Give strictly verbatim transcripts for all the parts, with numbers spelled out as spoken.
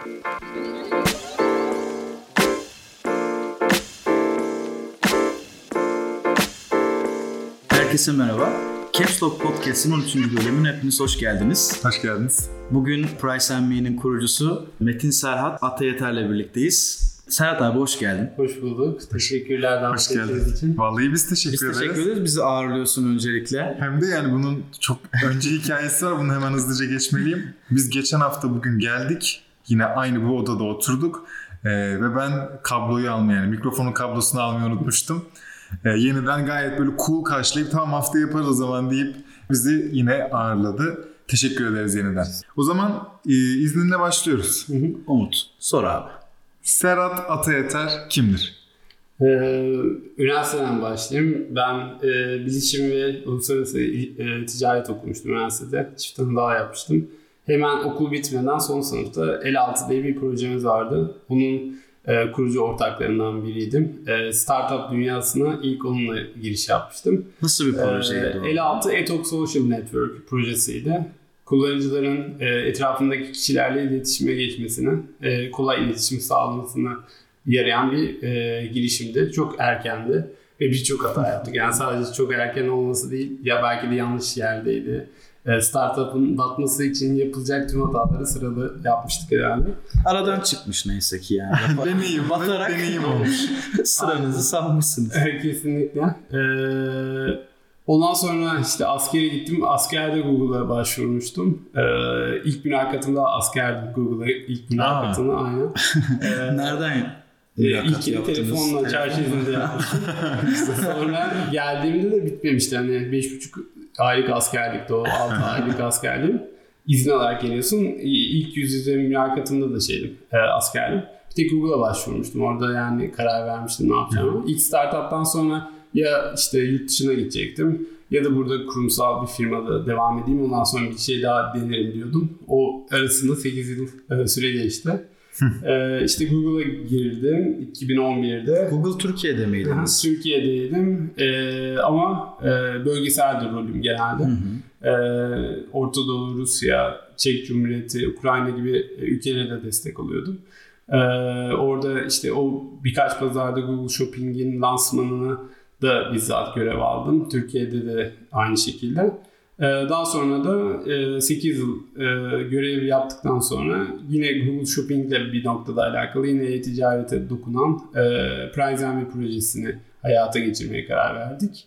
Herkese merhaba. Caps Lock Podcast'ın on üçüncü bölümüne hepiniz hoş geldiniz. Hoş geldiniz. Bugün Price and Me'nin kurucusu Metin Serhat Atayeter'le birlikteyiz. Serhat abi hoş geldin. Hoş bulduk. Teşekkürler davet ettiğiniz için. Vallahi biz teşekkür biz ederiz. Biz teşekkür ederiz. Bizi ağırlıyorsun öncelikle. Hem de yani bunun çok önce hikayesi var. Bunu hemen hızlıca geçmeliyim. Biz geçen hafta bugün geldik. Yine aynı bu odada oturduk. Ee, ve ben kabloyu almayı yani mikrofonun kablosunu almayı unutmuştum. Ee, yeniden gayet böyle cool karşılayıp tamam hafta yaparız o zaman deyip bizi yine ağırladı. Teşekkür ederiz yeniden. O zaman e, izninle başlıyoruz. Hı hı. Umut, sor abi. Serhat Atayeter kimdir? Ee, üniversiteden başlayayım. Ben e, bilişim ve uluslararası e, ticaret okumuştum üniversitede. Çift tanı daha yapmıştım. Hemen okul bitmeden son sınıfta el altı diye bir projemiz vardı. Bunun e, kurucu ortaklarından biriydim. E, startup dünyasına ilk onunla giriş yapmıştım. Nasıl bir projeydi o? E, el altı Etok Social Network projesiydi. Kullanıcıların e, etrafındaki kişilerle iletişime geçmesine, e, kolay iletişim sağlamasına yarayan bir e, girişimdi. Çok erkendi ve birçok hata yaptık. Yani sadece çok erken olması değil, ya belki de yanlış yerdeydi. E, startup'ın batması için yapılacak tüm hataları sıralı yapmıştık herhalde. Aradan çıkmış neyse ki yani. deneyim, batarak deneyim olmuş. Sıranızı salmışsınız. Kesinlikle. Eee Ondan sonra işte askere gittim. Askerde Google'a başvurmuştum. Ee, ilk mülakatımda askerdim Google'a. İlk mülakatını aynen. Ee, Nereden? E, ilkini telefonla çarşı izinde yapmıştım. Sonra geldiğimde de bitmemişti. Hani beş buçuk aylık askerlikti o. altı aylık askerliğim. İzin alarak geliyorsun. İlk yüz yüze mülakatımda da şeydim. E, askerdim. Bir tek Google'a başvurmuştum. Orada yani karar vermiştim ne yapacağımı. İlk startup'tan sonra ya işte yurt dışına gidecektim ya da burada kurumsal bir firmada devam edeyim, ondan sonra bir şey daha denerim diyordum. O arasında sekiz yıl e, süre geçti. e, işte Google'a girdim iki bin on birde. Google Türkiye'de miydiniz? Türkiye'deydim e, ama e, bölgesel rolüm genelde. Hı hı. E, Orta Doğu, Rusya, Çek Cumhuriyeti, Ukrayna gibi ülkelere de destek oluyordum. E, orada işte o birkaç pazarda Google Shopping'in lansmanını da bizzat görev aldım. Türkiye'de de aynı şekilde. Daha sonra da sekiz yıl görev yaptıktan sonra yine Google Shopping ile bir noktada alakalı yine e-ticarete dokunan Price and Me projesini hayata geçirmeye karar verdik.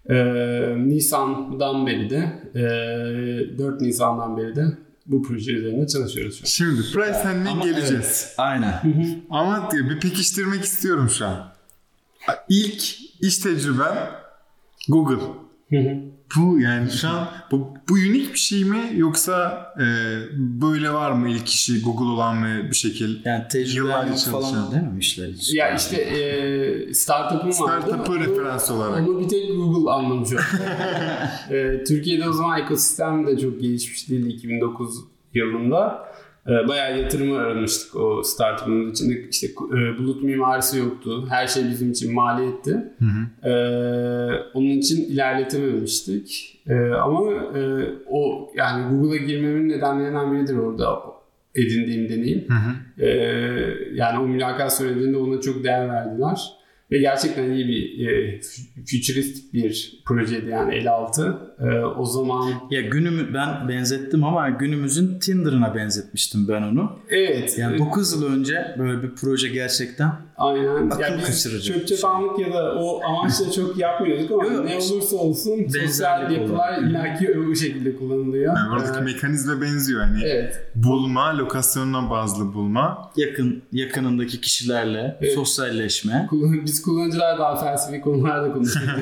Nisan'dan beri de dört Nisan'dan beri de bu proje üzerinde çalışıyoruz şu an. Şimdi Price and Me geleceğiz. Evet, aynen. Ama bir pekiştirmek istiyorum şu an. İlk iş tecrüben Google. Hı hı. Bu yani şu an bu, bu unik bir şey mi yoksa e, böyle var mı ilk işi Google olan mı bir şekil? Yani tecrübe falan değil mi işler için? Ya işte e, startup'ım vardı. Startup'ı referans olarak. Onu bir tek Google anlamış oldu. e, Türkiye'de o zaman ekosistem de çok gelişmiş değildi iki bin dokuz yılında. Bayağı yatırımı aramıştık o startup'ın içinde. İşte e, bulut mimarisi yoktu. Her şey bizim için maliyetti. Hı hı. Ee, onun için ilerletememiştik. Ee, ama e, o yani Google'a girmemin nedenlerinden biridir orada edindiğim deneyim. Hı hı. Ee, yani o mülakat sürecinde ona çok değer verdiler. Ve gerçekten iyi bir e, futuristik bir projeydi yani el altı. E, o zaman... Ya günümü ben benzettim ama günümüzün Tinder'ına benzetmiştim ben onu. Evet. Yani dokuz yıl önce böyle bir proje gerçekten aynen. akıl yani kaçırıcı. Çöp çatanlık ya da o amaçla çok yapmıyorduk ama yok, ne olursa olsun sosyal yapılar illaki o şekilde kullanılıyor. Yani oradaki ee, mekanizma benziyor. Yani evet. Bulma, lokasyonuna bazlı bulma. Yakın yakınındaki kişilerle evet. Sosyalleşme. Biz kullanıcılar daha felsefi konularda konuşuyoruz.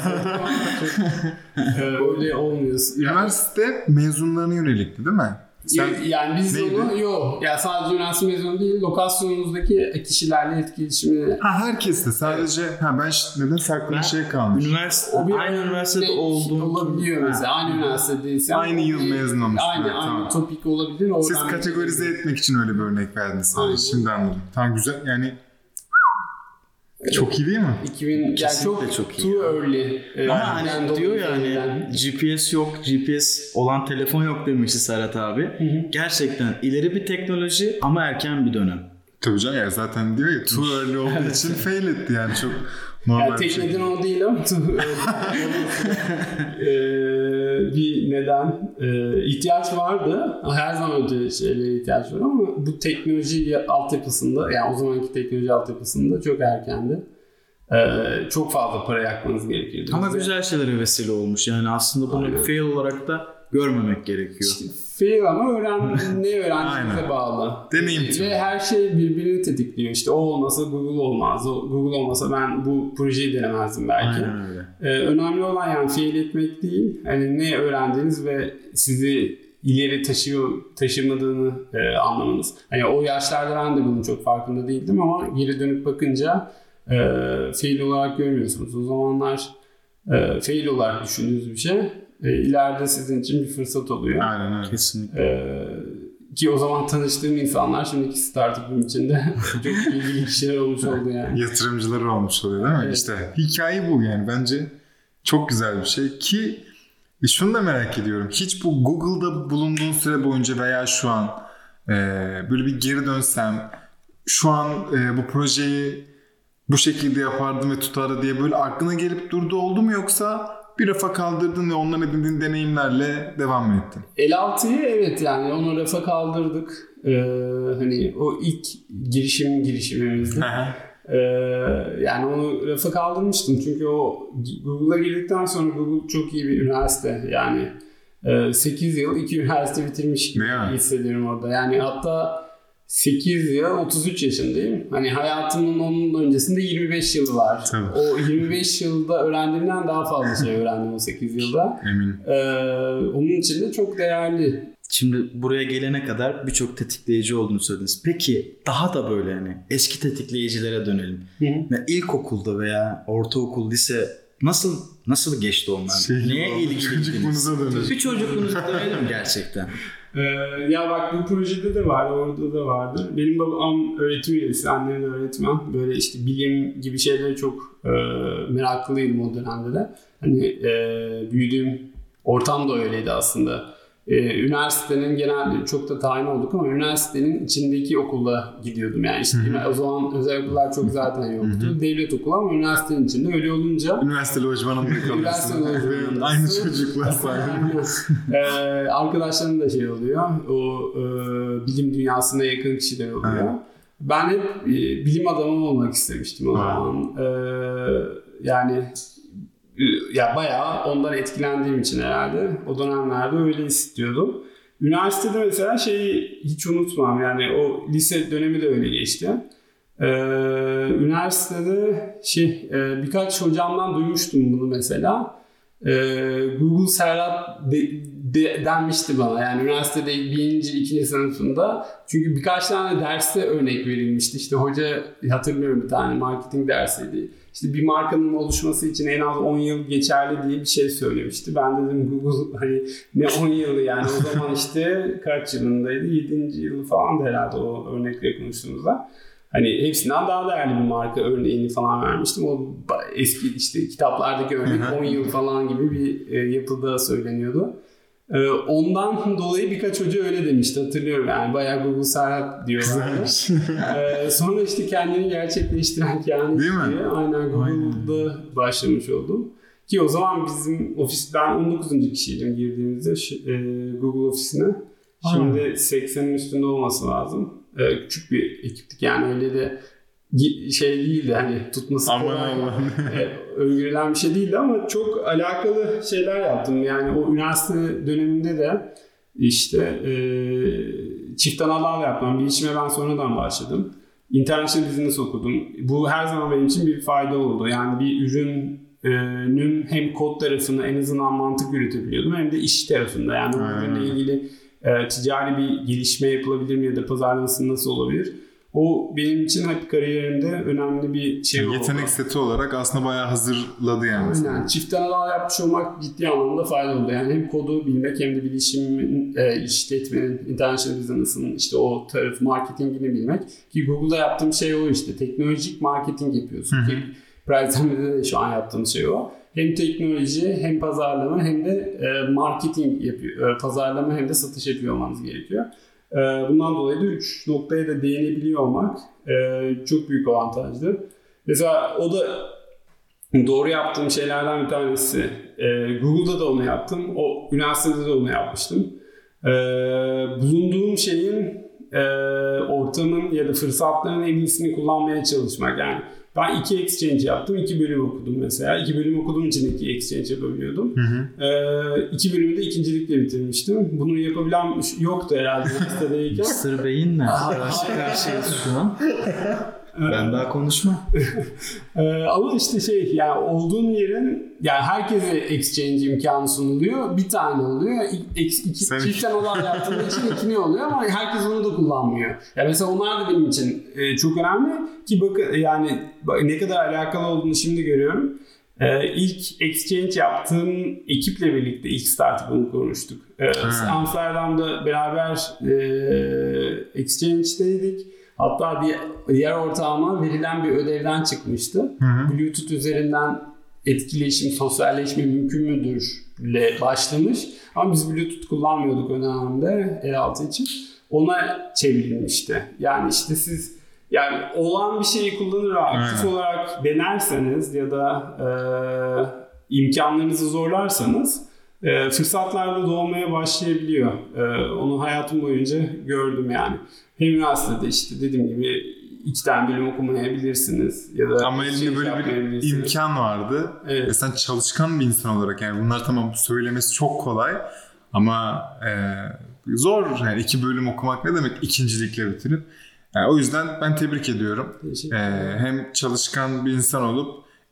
Öyle olmuyor. Üniversite mezunlarına yönelikti değil mi? Sen yani biz neydi? Onu yok. Yani sadece üniversite mezunu değil, lokasyonumuzdaki kişilerle etkileşimi. Ha herkes de sadece evet. ha ben neden saklı bir şey kalmış. Üniversite aynı üniversitede olduğum olabiliyor ha. Mesela. Aynı üniversitedeyse aynı yıl mezun olmuş. Aynı aynı tamam. Topik olabilir. Siz kategorize etmek için öyle bir örnek verdiniz sadece. Şimdi anladım. Tamam güzel. Yani Çok iyi değil mi? iki bin yani çok, çok too early. Ama hani diyor ya hani G P S yok, G P S olan telefon yok demişti Serhat abi. Hı hı. Gerçekten ileri bir teknoloji ama erken bir dönem. Tabii canım ya zaten diyor ya too early olduğu için fail etti yani çok normal yani bir şey. Tek neden o değil ama too ee, bir neden. Ee, ihtiyaç vardı. Her zaman öyle şeylere ihtiyaç var ama bu teknoloji altyapısında yani o zamanki teknoloji altyapısında çok erkendi. Ee, çok fazla para yakmanız gerekirdi. Ama bize. Güzel şeylere vesile olmuş. Yani aslında bunu Aynen. fail olarak da görmemek gerekiyor. İşte fail ama öğren, ne öğrendiğinize bağlı. Deneyim. Ve her şey birbirini tetikliyor. İşte o olmasa Google olmaz. O Google olmasa ben bu projeyi denemezdim belki. Aynen öyle. Ee, önemli olan yani fail etmek değil. Hani ne öğrendiğiniz ve sizi ileri taşıyor taşımadığını e, anlamanız. Hani o yaşlarda ben de bunun çok farkında değildim ama geri dönüp bakınca e, fail olarak görmüyorsunuz. O zamanlar e, fail olarak düşündüğünüz bir şey e, ileride sizin için bir fırsat oluyor. Aynen öyle. Kesinlikle. E, ki o zaman tanıştığım insanlar şimdiki startup'ım içinde çok ilgili kişiler olmuş oldu yani. Yatırımcıları olmuş oluyor değil mi? Evet. İşte hikaye bu yani bence çok güzel bir şey ki e şunu da merak ediyorum. Hiç bu Google'da bulunduğun süre boyunca veya şu an e, böyle bir geri dönsem şu an e, bu projeyi bu şekilde yapardım ve tutardı diye böyle aklına gelip durdu oldu mu yoksa bir rafa kaldırdın ve ondan edindiğin deneyimlerle devam mı ettin? el altıyı evet yani onu rafa kaldırdık. Ee, hani o ilk girişim girişimimizdi. Ee, yani onu rafa kaldırmıştım çünkü o Google'a girdikten sonra Google çok iyi bir üniversite yani e, sekiz yıl iki üniversite bitirmiş gibi hissediyorum orada yani hatta sekiz yıl otuz üç yaşındayım hani hayatımın onun öncesinde yirmi beş yılı var. Tabii. O yirmi beş yılda öğrendiğimden daha fazla şey öğrendim o sekiz yılda. Eminim. Ee, onun için de çok değerli. Şimdi buraya gelene kadar birçok tetikleyici olduğunu söylediniz. Peki daha da böyle hani eski tetikleyicilere dönelim. Hı hı. İlkokulda veya ortaokul, lise nasıl nasıl geçti onlar? Şey, Neye ilgiliydiniz? Bir çocukluğunuza dönelim gerçekten. Ee, ya bak bu projede de var, orada da vardır. Benim babam öğretim üyesi, annem de öğretmen. Böyle işte bilim gibi şeylere çok e, meraklıydım o dönemde de. Hani e, büyüdüğüm ortam da öyleydi aslında. Ee, üniversitenin genelde çok da tayin olduk ama üniversitenin içindeki okula gidiyordum yani işte o zaman özel okullar çok zaten yoktu. Devlet okulu ama üniversitenin içinde öyle olunca üniversite lojmanında üniversite lojmanında aynı çocuklar sayesinde ee, arkadaşlarım da şey oluyor o e, bilim dünyasına yakın kişiler oluyor. Evet. Ben hep e, bilim adamı olmak istemiştim o zaman. Ee, yani ya bayağı ondan etkilendiğim için herhalde o dönemlerde öyle istiyordum. Üniversitede mesela şeyi hiç unutmam yani o lise dönemi de öyle geçti. Ee, üniversitede şey e, birkaç hocamdan duymuştum bunu mesela. Ee, Google Serhat de, de, denmişti bana yani üniversitede birinci, ikinci sınıfında. Çünkü birkaç tane derste örnek verilmişti. İşte hoca hatırlıyorum bir tane marketing dersiydi. İşte bir markanın oluşması için en az on yıl geçerli diye bir şey söylemişti. Ben dedim Google hani ne on yılı yani o zaman işte kaç yılındaydı? yedinci yılı falan da herhalde o örnekle konuştuğumuzda. Hani hepsinden daha değerli bir marka örneğini falan vermiştim. O eski işte kitaplardaki örnek on yıl falan gibi bir e, yapıda söyleniyordu. E, ondan dolayı birkaç hoca öyle demişti hatırlıyorum yani bayağı Google Serhat diyorlardı. e, sonra işte kendini gerçekleştiren yani değil mi? Diye, aynen Google'da aynen. başlamış oldum. Ki o zaman bizim ofis ben on dokuzuncu kişiydim girdiğimizde e, Google ofisine. Şimdi Aa. seksenin üstünde olması lazım. Ee, küçük bir ekiptik yani öyle de şey değildi hani tutması kolay ee, öngörülen bir şey değildi ama çok alakalı şeyler yaptım yani o üniversite döneminde de işte e, çift analar yapmam bilişime ben sonradan başladım. International Business okudum. Bu her zaman benim için bir fayda oldu yani bir ürünün hem kod tarafını en azından mantık yürütebiliyordum hem de iş tarafında yani o ürünle ilgili E, ticari bir gelişme yapılabilir mi ya da pazarlaması nasıl olabilir? O benim için hep kariyerimde önemli bir şey yani oldu. Yetenek seti olarak aslında bayağı hazırladı yani. Aynen. Çift anal yapmış olmak ciddi anlamda faydalı oldu. Yani hem kodu bilmek hem de bilişimin, e, işletmenin, international business'ın işte o tarafı marketingini bilmek. Ki Google'da yaptığım şey o işte. Teknolojik marketing yapıyorsun. Ki Price'de de şu an yaptığım şey o. Hem teknoloji hem pazarlama hem de e, marketing yapıyor. E, pazarlama hem de satış yapıyor olmanız gerekiyor. E, bundan dolayı da üç noktaya da değinebiliyor olmak e, çok büyük avantajlı. Mesela o da doğru yaptığım şeylerden bir tanesi. E, Google'da da onu yaptım. O üniversitede de onu yapmıştım. E, bulunduğum şeyin, e, ortamın ya da fırsatların en iyisini kullanmaya çalışmak. Yani ben iki exchange yaptım, iki bölüm okudum mesela. İki bölüm okuduğum için iki exchange yapabiliyordum. Hı hı. Ee, iki bölümü de ikincilikle bitirmiştim. Bunu yapabilen yoktu herhalde üniversitedeyken. mister Bey'inle karşı karşıyayız şu an. Ben daha konuşmam. ee, ama işte şey yani olduğun yerin yani herkese exchange imkanı sunuluyor. Bir tane oluyor. İki, iki, çiftten olan yaptığın için ikini oluyor ama herkes onu da kullanmıyor. Yani mesela onlar da benim için e, çok önemli ki bakın yani ne kadar alakalı olduğunu şimdi görüyorum. Ee, ilk exchange yaptığım ekiple birlikte ilk startup'ını konuştuk. Ee, Amsterdam'da beraber e, exchange'deydik. Hatta bir diğer ortağıma verilen bir ödevden çıkmıştı. Hı hı. Bluetooth üzerinden etkileşim, sosyalleşme mümkün müdürle başlamış. Ama biz Bluetooth kullanmıyorduk o dönemde el altı için. Ona çevrilmişti. Yani işte siz yani olan bir şeyi kullanır ve aktif hı. olarak denerseniz ya da e, imkanlarınızı zorlarsanız e, fırsatlar da doğmaya başlayabiliyor. E, onu hayatım boyunca gördüm yani. Hem üniversitede işte dediğim gibi iki tane bölüm okumayabilirsiniz ya da ama elinde şey böyle bir imkan vardı. Evet. Ve sen çalışkan bir insan olarak yani bunlar tamam söylemesi çok kolay ama e, zor yani iki bölüm okumak ne demek ikincilikle bitirip. Yani o yüzden ben tebrik ediyorum. E, hem çalışkan bir insan olup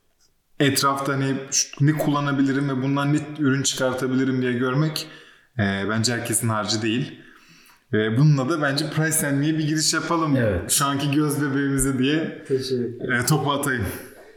etrafta ne ne kullanabilirim ve bundan ne ürün çıkartabilirim diye görmek e, bence herkesin harcı değil. Bununla da bence Price and Me'ye bir giriş yapalım. Evet. Şu anki göz bebeğimize diye e, topu atayım.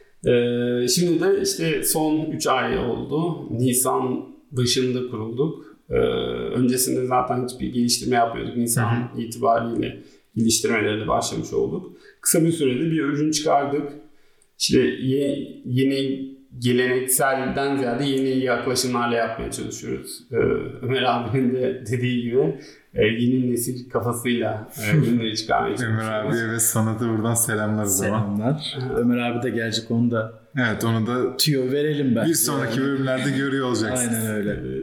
Ee, şimdi de işte son üç ay oldu. Nisan başında kurulduk. Ee, öncesinde zaten hiçbir geliştirme yapmıyorduk. Nisan Hı-hı. itibariyle geliştirmelerle başlamış olduk. Kısa bir sürede bir ürün çıkardık. İşte ye- yeni gelenekselden ziyade yeni yaklaşımlarla yapmaya çalışıyoruz. Ee, Ömer abinin de dediği gibi e, yeni nesil kafasıyla e, ürünleri çıkarmaya çalışıyoruz. Ömer abiye ve Sanat'a buradan selamlar. Selamlar. Ömer abi de gelecek, onu da evet onu da tüyo verelim ben. Bir sonraki yani. Bölümlerde görüyor olacaksınız. Aynen öyle. Evet.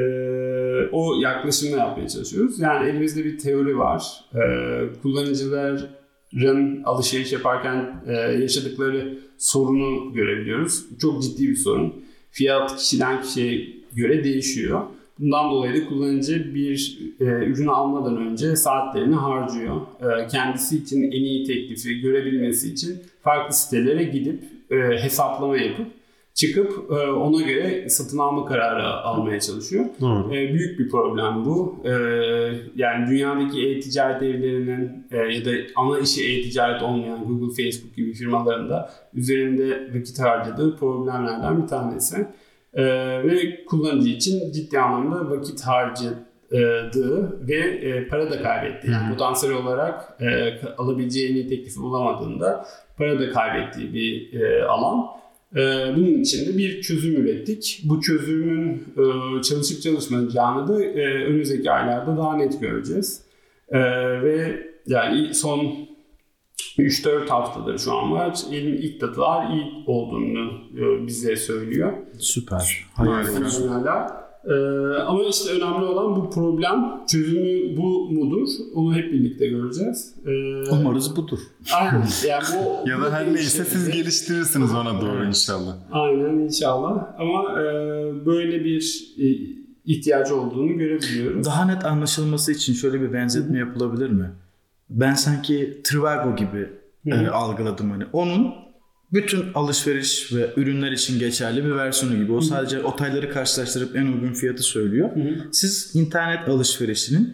Ee, o yaklaşımla yapmaya çalışıyoruz. Yani elimizde bir teori var. Ee, kullanıcıların alışveriş yaparken e, yaşadıkları sorunu görebiliyoruz. Çok ciddi bir sorun. Fiyat kişiden kişiye göre değişiyor. Bundan dolayı da kullanıcı bir e, ürünü almadan önce saatlerini harcıyor. E, kendisi için en iyi teklifi görebilmesi için farklı sitelere gidip e, hesaplama yapıp çıkıp e, ona göre satın alma kararı almaya çalışıyor. E, büyük bir problem bu. E, yani dünyadaki e-ticaret evlerinin e, ya da ana işi e-ticaret olmayan Google, Facebook gibi firmaların da üzerinde vakit harcadığı problemlerden bir tanesi. E, ve kullanıcı için ciddi anlamda vakit harcadığı ve e, para da kaybettiği. Yani potansiyel olarak e, alabileceği en iyi teklifi bulamadığında para da kaybettiği bir e, alan. Bunun için de bir çözüm ürettik. Bu çözümün çalışıp çalışmayacağını da önümüzdeki aylarda daha net göreceğiz. Ve yani son üç dört haftadır şu an var. İlk datalar iyi olduğunu bize söylüyor. Süper. Harika. Ee, ama işte önemli olan bu problem, çözümü bu mudur? Onu hep birlikte göreceğiz. Ee, Umarız budur. Aynen. Yani bu, ya da her neyse siz geliştirirsiniz ona doğru inşallah. Aynen inşallah. Ama e, böyle bir e, ihtiyacı olduğunu görebiliyoruz. Daha net anlaşılması için şöyle bir benzetme Hı-hı. yapılabilir mi? Ben sanki Trivago gibi e, algıladım hani. Onun bütün alışveriş ve ürünler için geçerli bir versiyonu gibi. O Hı-hı. sadece otelleri karşılaştırıp en uygun fiyatı söylüyor. Hı-hı. Siz internet alışverişinin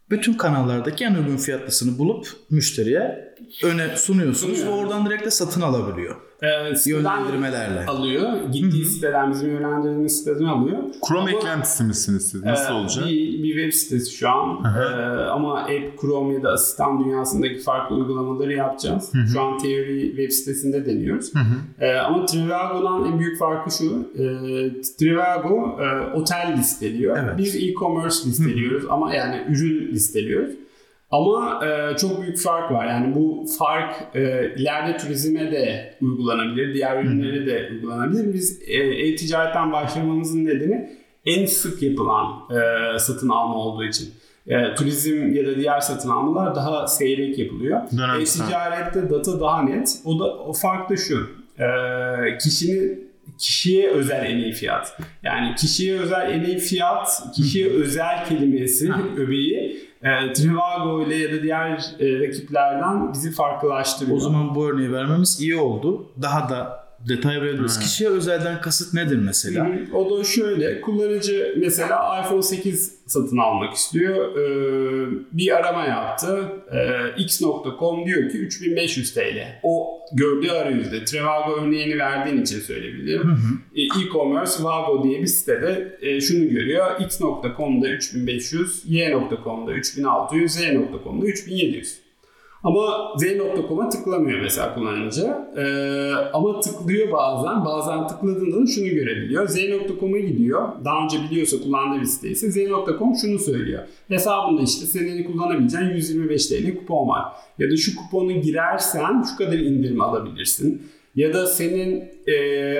bütün kanallardaki en uygun fiyatlısını bulup müşteriye öne sunuyorsunuz ve oradan direkt de satın alabiliyor. Evet, yönlendirmelerle alıyor. Gittiği Hı-hı. siteden, bizim yönlendirdiğimiz siteden alıyor. Chrome ama, eklentisi misiniz siz? Nasıl e, olacak? Bir, bir web sitesi şu an. E, ama App, Chrome ya da asistan dünyasındaki farklı uygulamaları yapacağız. Hı-hı. Şu an teori web sitesinde deniyoruz. E, ama Trivago'dan en büyük farkı şu. E, Trivago e, otel listeliyor. Evet. Biz e-commerce listeliyoruz. Hı-hı. Ama yani ürün listeliyoruz. Ama e, çok büyük fark var. Yani bu fark e, ileride turizme de uygulanabilir, diğer ürünlere de uygulanabilir. Biz e, e-ticaretten başlamamızın nedeni en sık yapılan e, satın alma olduğu için. E, turizm ya da diğer satın almalar daha seyrek yapılıyor. E-ticarette data daha net. O da o fark da şu. E, kişinin kişiye özel en iyi fiyat. Yani kişiye özel en iyi fiyat, kişiye özel kelimesi, öbeği E, Trivago ile ya da diğer e, rakiplerden bizi farklılaştırıyor. O zaman bu örneği vermemiz iyi oldu. Daha da detay verebiliriz. Kişiye özelden kasıt nedir mesela? Hı, o da şöyle. Kullanıcı mesela iPhone sekiz satın almak istiyor. Ee, bir arama yaptı. Ee, x nokta com diyor ki üç bin beş yüz TL. O gördüğü arayüzde. Trivago örneğini verdiğin için söyleyebilirim. Hı hı. E-commerce Vago diye bir sitede e, şunu görüyor. x nokta com'da üç bin beş yüz, y nokta com'da üç bin altı yüz, z nokta com'da üç bin yedi yüz. Ama z nokta com'a tıklamıyor mesela kullanıcı. Ee, ama tıklıyor bazen. Bazen tıkladığında şunu görebiliyor. z nokta com'a gidiyor. Daha önce biliyorsa kullandığı bir siteyse z nokta com şunu söylüyor. Hesabında işte senin kullanabileceğin yüz yirmi beş TL kupon var. Ya da şu kuponu girersen şu kadar indirim alabilirsin. Ya da senin e,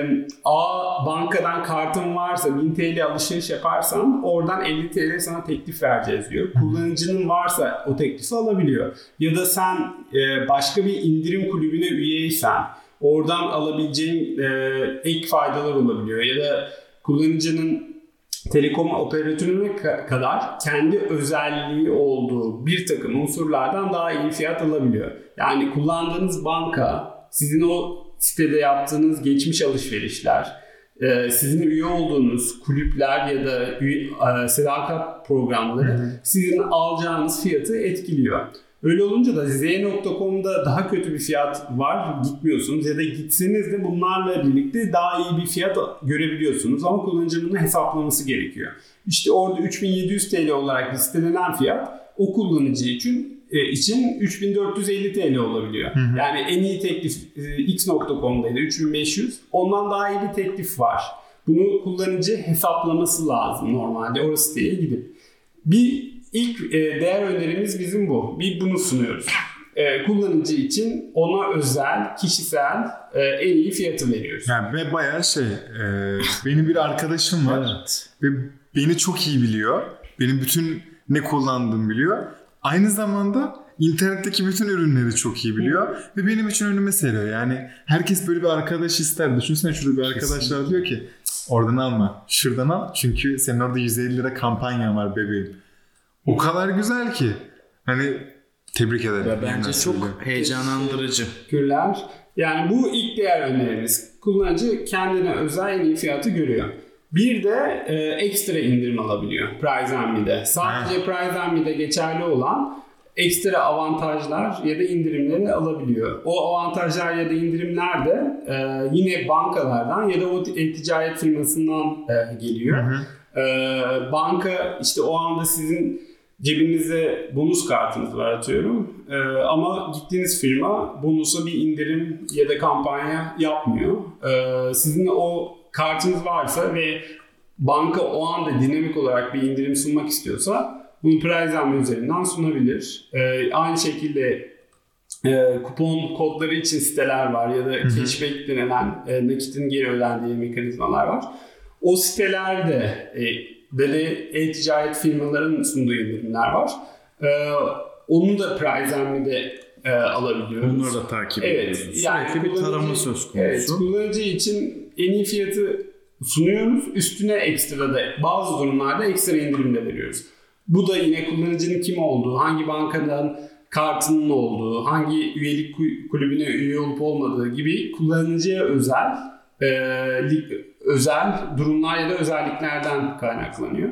A bankadan kartın varsa bin TL alışveriş yaparsan oradan elli TL sana teklif vereceğiz diyor. Kullanıcının varsa o teklifi alabiliyor. Ya da sen e, başka bir indirim kulübüne üyeysen oradan alabileceğin e, ek faydalar olabiliyor. Ya da kullanıcının telekom operatörüne kadar kendi özelliği olduğu bir takım unsurlardan daha iyi fiyat alabiliyor. Yani kullandığınız banka sizin o sitede yaptığınız geçmiş alışverişler, sizin üye olduğunuz kulüpler ya da üye, sadakat programları hı hı. sizin alacağınız fiyatı etkiliyor. Öyle olunca da z nokta com'da daha kötü bir fiyat var, gitmiyorsunuz ya da gitseniz de bunlarla birlikte daha iyi bir fiyat görebiliyorsunuz ama kullanıcının bunu hesaplaması gerekiyor. İşte orada üç bin yedi yüz TL olarak listelenen fiyat o kullanıcı için için üç bin dört yüz elli TL olabiliyor. Hı hı. Yani en iyi teklif x nokta com'daydı üç bin beş yüz. Ondan daha iyi bir teklif var. Bunu kullanıcı hesaplaması lazım normalde o siteye gidip. Bir ilk değer önerimiz bizim bu. Bir bunu sunuyoruz. Kullanıcı için ona özel, kişisel en iyi fiyatı veriyoruz. Yani ve bayağı şey, e, benim bir arkadaşım var evet. ve beni çok iyi biliyor. Benim bütün ne kullandığımı biliyor. Aynı zamanda internetteki bütün ürünleri çok iyi biliyor ve benim için önüme seriyor. Yani herkes böyle bir arkadaş ister. Düşünsene şurada bir arkadaşlar diyor ki oradan alma, şuradan al çünkü senin orada yüz elli lira kampanyan var bebeğim. O kadar güzel ki hani tebrik ederim. Ya bence çok söyleyeyim. Heyecanlandırıcı. Teşekkürler. Yani bu ilk değer önerimiz. Kullanıcı kendine özel en iyi fiyatı görüyor. Bir de e, ekstra indirim alabiliyor Prize.me'de. Sadece Prize.me'de geçerli olan ekstra avantajlar ya da indirimleri alabiliyor. O avantajlar ya da indirimler de e, yine bankalardan ya da o ticaret firmasından e, geliyor. Hı hı. E, banka işte o anda sizin cebinizde bonus kartınız var atıyorum. E, ama gittiğiniz firma bonusa bir indirim ya da kampanya yapmıyor. E, sizin o kartınız varsa ve banka o anda dinamik olarak bir indirim sunmak istiyorsa bunu Prize.me üzerinden sunabilir. Ee, aynı şekilde e, kupon kodları için siteler var ya da hı hı. cashback denilen e, nakitin geri ödendiği mekanizmalar var. O sitelerde e, böyle e-ticaret firmaların sunduğu indirimler var. E, onu da Prize.me'de e, alabiliyoruz. Onları da takip evet, ediyoruz. Yani sürekli bir tarama söz konusu. Evet, kullanıcı için en iyi fiyatı sunuyoruz. Üstüne ekstra da bazı durumlarda ekstra indirim de veriyoruz. Bu da yine kullanıcının kim olduğu, hangi bankadan kartının olduğu, hangi üyelik kulübüne üye olup olmadığı gibi kullanıcıya özel e, özel durumlar ya da özelliklerden kaynaklanıyor.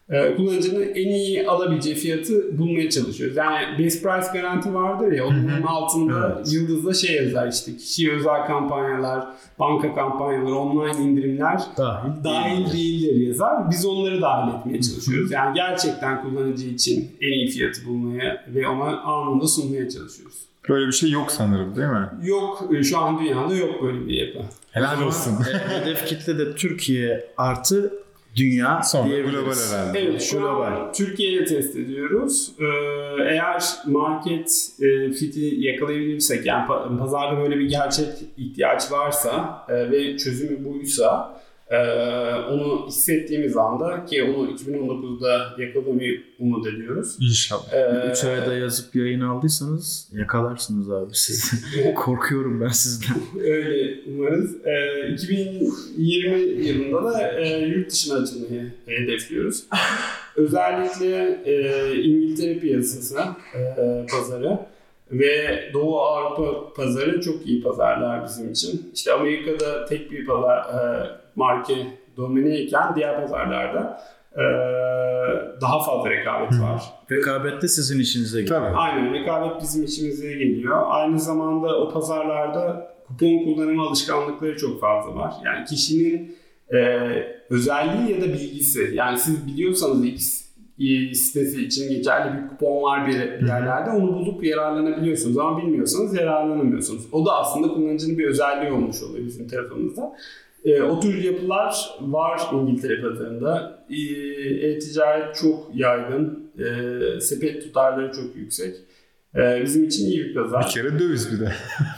kullanıcının en iyi alabileceği fiyatı bulmaya çalışıyoruz. Yani best price garanti vardır ya, onun altında evet. yıldızla şey yazar işte, kişiye özel kampanyalar, banka kampanyaları, online indirimler dahil, dahil değildir yazar. Biz onları dahil etmeye çalışıyoruz. Yani gerçekten kullanıcı için en iyi fiyatı bulmaya ve ona anında sunmaya çalışıyoruz. Böyle bir şey yok sanırım, değil mi? Yok, şu an dünyada yok böyle bir yapı. Helal olsun. Hedef kitle de Türkiye artı dünya sonra global herhalde. Evet, şu global. An Türkiye'de test ediyoruz. Ee, eğer market e, fit'i yakalayabilirsek, yani pazarda böyle bir gerçek ihtiyaç varsa e, ve çözümü buysa, e, onu hissettiğimiz anda, ki onu iki bin on dokuzda yakalamayı umut ediyoruz. İnşallah. üç ee, ayda yazıp yayın aldıysanız yakalarsınız abi siz. Korkuyorum ben sizden. Öyle umarız. E, iki bin yirmi yılında da e, yurt dışına açılmayı hedefliyoruz. Özellikle e, İngiltere piyasası, e, pazarı ve Doğu Avrupa pazarı çok iyi pazarlar bizim için. İşte Amerika'da tek bir pazar, e, marka domineyken diğer pazarlarda e, daha fazla rekabet var. Rekabet de sizin işinize geliyor. Tabii. Aynen, rekabet bizim işimize geliyor. Aynı zamanda o pazarlarda kupon kullanımı alışkanlıkları çok fazla var. Yani kişinin e, özelliği ya da bilgisi. Yani siz biliyorsanız X sitesi için geçerli bir kupon var bir, bir yerlerde, onu bulup yararlanabiliyorsunuz ama bilmiyorsanız yararlanamıyorsunuz. O da aslında kullanıcının bir özelliği olmuş oluyor bizim tarafımızda. E, o tür yapılar var İngiltere pazarında. E, e-ticaret çok yaygın, e, sepet tutarları çok yüksek. E, bizim için iyi bir pazar. Bir kere döviz bir de.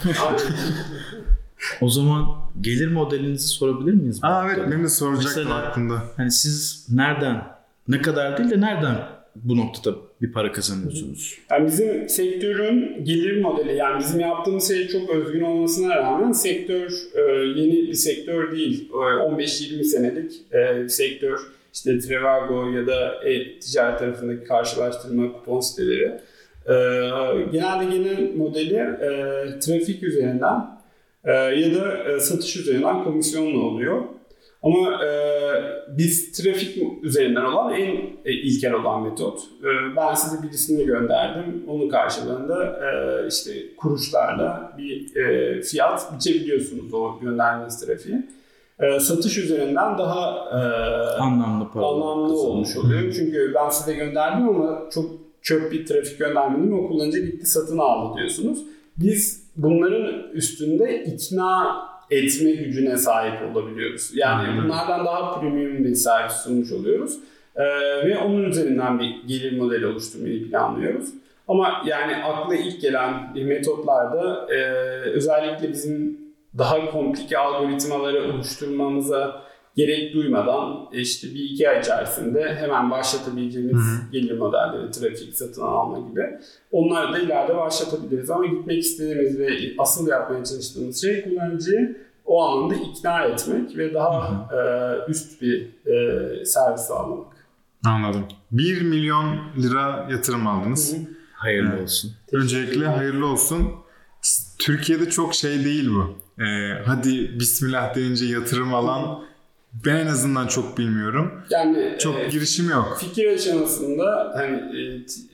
O zaman gelir modelinizi sorabilir miyiz? Aa, evet, benim de soracaktım aklımda. Hani siz nereden, ne kadar değil de nereden bu noktada bir para kazanıyorsunuz? Yani bizim sektörün gelir modeli, yani bizim yaptığımız şey çok özgün olmasına rağmen sektör e, yeni bir sektör değil. on beş yirmi senelik e, sektör. İşte Trivago ya da e-ticaret tarafındaki karşılaştırma kupon siteleri. E, genelde genel modeli e, trafik üzerinden e, ya da e, satış üzerinden komisyonlu oluyor. Ama e, biz trafik üzerinden olan en e, ilkel olan metot. E, ben size birisini gönderdim. Onun karşılığında e, işte kuruşlarla bir e, fiyat biçebiliyorsunuz o gönderdiğiniz trafiği. E, satış üzerinden daha e, anlamlı, anlamlı olmuş oluyor. Çünkü ben size gönderdim ama çok çöp bir trafik göndermedim. O kullanıcı gitti satın aldı diyorsunuz. Biz bunların üstünde ikna etme gücüne sahip olabiliyoruz. Yani hmm. bunlardan daha premium bir servis sunmuş oluyoruz. Ee, ve onun üzerinden bir gelir modeli oluşturmayı planlıyoruz. Ama yani akla ilk gelen metotlarda e, özellikle bizim daha komplike algoritmaları oluşturmamıza gerek duymadan işte bir iki ay içerisinde hemen başlatabileceğimiz hmm. gelir modelleri, trafik satın alma gibi. Onları da ileride başlatabiliriz. Ama gitmek istediğimiz ve asıl yapmaya çalıştığımız şey kullanıcıyı o anlamda ikna etmek ve daha e, üst bir e, servis sağlamak. Anladım. bir milyon lira yatırım aldınız. Hı hı. Hayırlı evet. olsun. Öncelikle hayırlı olsun. Türkiye'de çok şey değil bu. Ee, hadi bismillah deyince yatırım alan ben en azından çok bilmiyorum. Yani çok e, girişim yok. Fikir aşamasında hani e, t,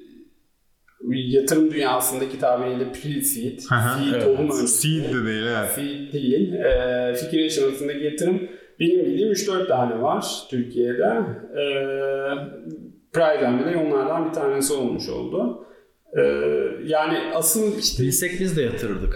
yatırım dünyasındaki tabiriyle pre-seed, seed tohum öncesi. Seed de değil, evet. Seed değil. E, fikir aşamasındaki yatırım benim bildiğim üç dört tane var Türkiye'de. E, Pride'den de onlardan bir tanesi olmuş oldu. E, yani asıl işte... Bilsek biz de yatırırdık.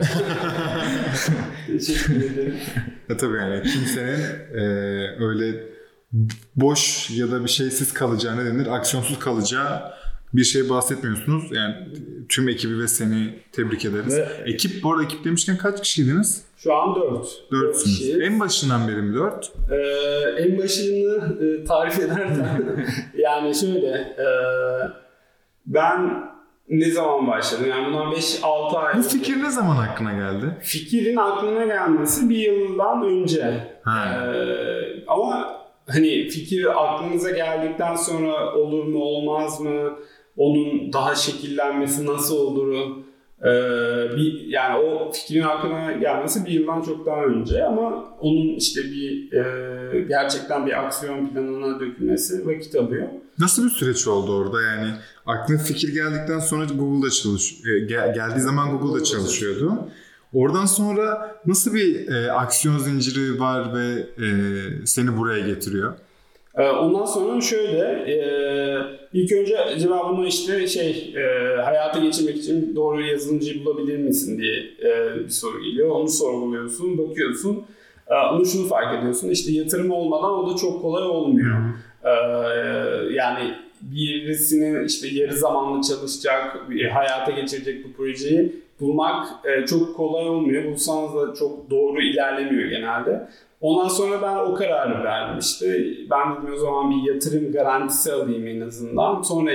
Teşekkür ederim. Ya tabii yani kimsenin e, öyle boş ya da bir şeysiz kalacağı, ne denir, aksiyonsuz kalacağı bir şey bahsetmiyorsunuz. Yani tüm ekibi ve seni tebrik ederiz. Ve ekip, bu arada ekip demişken kaç kişiydiniz? Şu an dört. Dörtsünüz. En başından beri mi dört? Ee, en başını e, tarif edersen yani şöyle e, ben ne zaman başladım? Yani bundan beş altı ay. Bu fikir ne zaman aklına geldi? Fikirin aklına gelmesi bir yıldan önce. Ee, ama hani fikir aklınıza geldikten sonra olur mu olmaz mı? Onun daha şekillenmesi nasıl olur? Ee, bir, yani o fikrin aklına gelmesi bir yıldan çok daha önce ama onun işte bir e, gerçekten bir aksiyon planına dökülmesi vakit alıyor. Nasıl bir süreç oldu orada yani? Aklına fikir geldikten sonra Google'da çalış gel, geldiği zaman Google'da çalışıyordu. Oradan sonra nasıl bir e, aksiyon zinciri var ve e, seni buraya getiriyor? Ondan sonra şöyle, e, ilk önce acaba bunu işte şey e, hayata geçirmek için doğru yazılımcıyı bulabilir misin diye e, bir soru geliyor. Onu sorguluyorsun, bakıyorsun. E, ama şunu fark ediyorsun, işte yatırım olmadan o da çok kolay olmuyor. E, yani birisinin işte yarı zamanlı çalışacak, hayata geçirecek bu projeyi bulmak e, çok kolay olmuyor. Bulsanız da çok doğru ilerlemiyor genelde. Ondan sonra ben o kararı verdim işte. Ben dedim o zaman bir yatırım garantisi alayım en azından. Sonra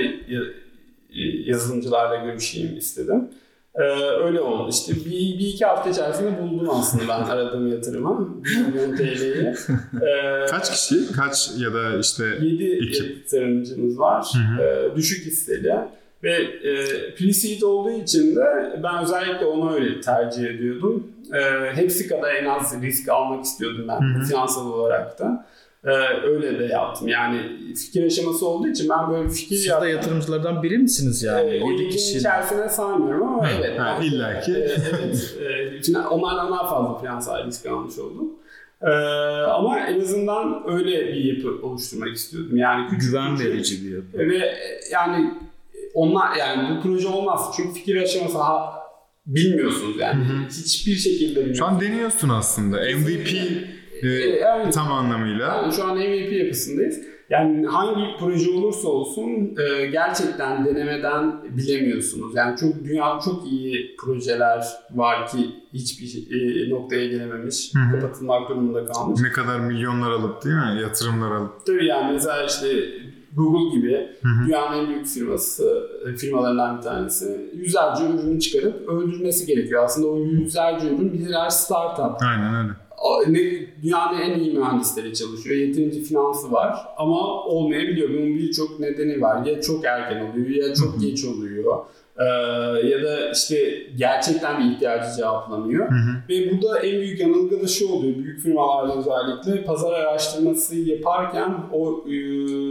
yazılımcılarla görüşeyim istedim. Ee, öyle oldu işte. Bir, bir iki hafta içerisinde buldum aslında ben aradığım yatırımı. bir milyon T L'yi. Ee, kaç kişi? Kaç ya da işte yedi yatırımcımız var. Ee, düşük hisseli. Ve e, pre-seed olduğu için de ben özellikle onu öyle tercih ediyordum. E, hepsi kadar en az risk almak istiyordum ben Hı-hı. finansal olarak da. E, öyle de yaptım. Yani fikir aşaması olduğu için ben böyle bir fikir Siz yaptım. Siz de yatırımcılardan biri misiniz yani? E, o ligin içerisine saymıyorum ama Hı. evet. Ha, İlla ki. E, evet. E, onlardan daha fazla finansal risk almış oldum. Ee, ama en azından öyle bir yapı oluşturmak istiyordum. Yani küçük güven küçük, verici bir yapı. Ve yani onlar yani bu proje olmaz. Çünkü fikir aşaması ha, bilmiyorsunuz yani. Hı-hı. Hiçbir şekilde bilmiyorsunuz. Şu an deniyorsun aslında. M V P e, yani, tam anlamıyla. Yani şu an M V P yapısındayız. Yani hangi proje olursa olsun e, gerçekten denemeden bilemiyorsunuz. Yani çok dünyada çok iyi projeler var ki hiçbir e, noktaya gelememiş, Hı-hı. kapatılmak durumunda kalmış. Ne kadar milyonlar alıp değil mi? Yatırımlar alıp. Tabii yani mesela işte Google gibi Hı-hı. dünyanın en büyük firması, firmalarından bir tanesi. Yüzlerce ürünü çıkarıp öldürmesi gerekiyor. Aslında o yüzlerce ürün birer startup. Aynen öyle. Dünyanın en iyi mühendisleri çalışıyor. Yeterince finansı var ama olmayabiliyor. Bunun birçok nedeni var. Ya çok erken oluyor ya çok Hı-hı. geç oluyor. Ee, ya da işte gerçekten bir ihtiyacı cevaplanıyor. Hı hı. Ve burada en büyük yanılgı da şu oluyor. Büyük firmalarda özellikle pazar araştırması yaparken o e,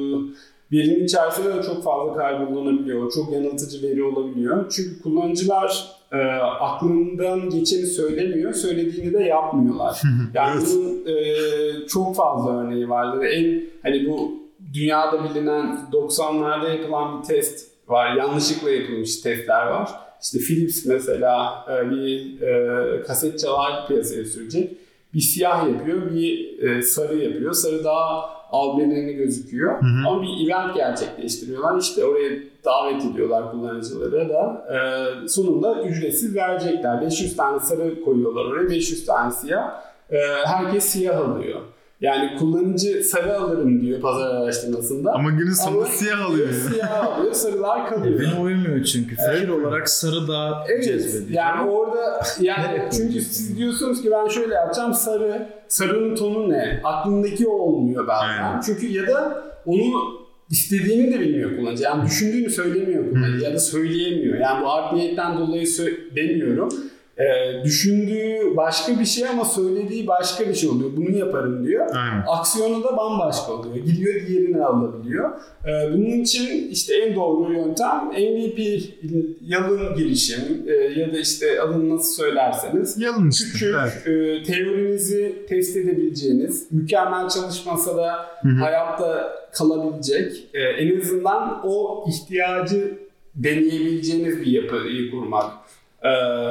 verinin içerisinde de çok fazla kaybolunabiliyor. Çok yanıltıcı veri olabiliyor. Çünkü kullanıcılar e, aklından geçeni söylemiyor. Söylediğini de yapmıyorlar. Yani evet. bunun e, çok fazla örneği vardır. En hani bu dünyada bilinen doksanlarda yapılan bir test var. Yanlışlıkla yapılmış testler var. İşte Philips mesela bir e, kaset çalar piyasaya sürecek. Bir siyah yapıyor, bir e, sarı yapıyor. Sarı daha albenili gözüküyor. Hı hı. Ama bir event gerçekleştiriyorlar. İşte oraya davet ediyorlar kullanıcıları da. E, sonunda ücretsiz verecekler. beş yüz tane sarı koyuyorlar oraya, beş yüz tane siyah. E, herkes siyah alıyor. Yani kullanıcı sarı alırım diyor pazar araştırmasında. Ama günün sonunda siyah alıyor. Siyah alıyor, sarılar kalıyor. Beni uymuyor çünkü. Fikir evet. olarak sarı daha evet. cezbedici. Yani orada yani çünkü siz diyorsunuz ki ben şöyle yapacağım sarı. Sarının tonu ne? Aklındaki o olmuyor bazen. Aynen. Çünkü ya da onu istediğini de bilmiyor kullanıcı. Yani düşündüğünü söylemiyor kullanıcı hmm. ya da söyleyemiyor. Yani bu art niyetten dolayı sö- demiyorum. Ee, düşündüğü başka bir şey ama söylediği başka bir şey oluyor. Bunu yaparım diyor. Aynen. Aksiyonu da bambaşka oluyor. Gidiyor diğerini alabiliyor. Ee, bunun için işte en doğru yöntem M V P yalın girişim e, ya da işte adını nasıl söylerseniz yalın işte, küçük evet. e, teorinizi test edebileceğiniz, mükemmel çalışmasa da Hı-hı. hayatta kalabilecek e, en azından o ihtiyacı deneyebileceğiniz bir yapıyı kurmak. Ee,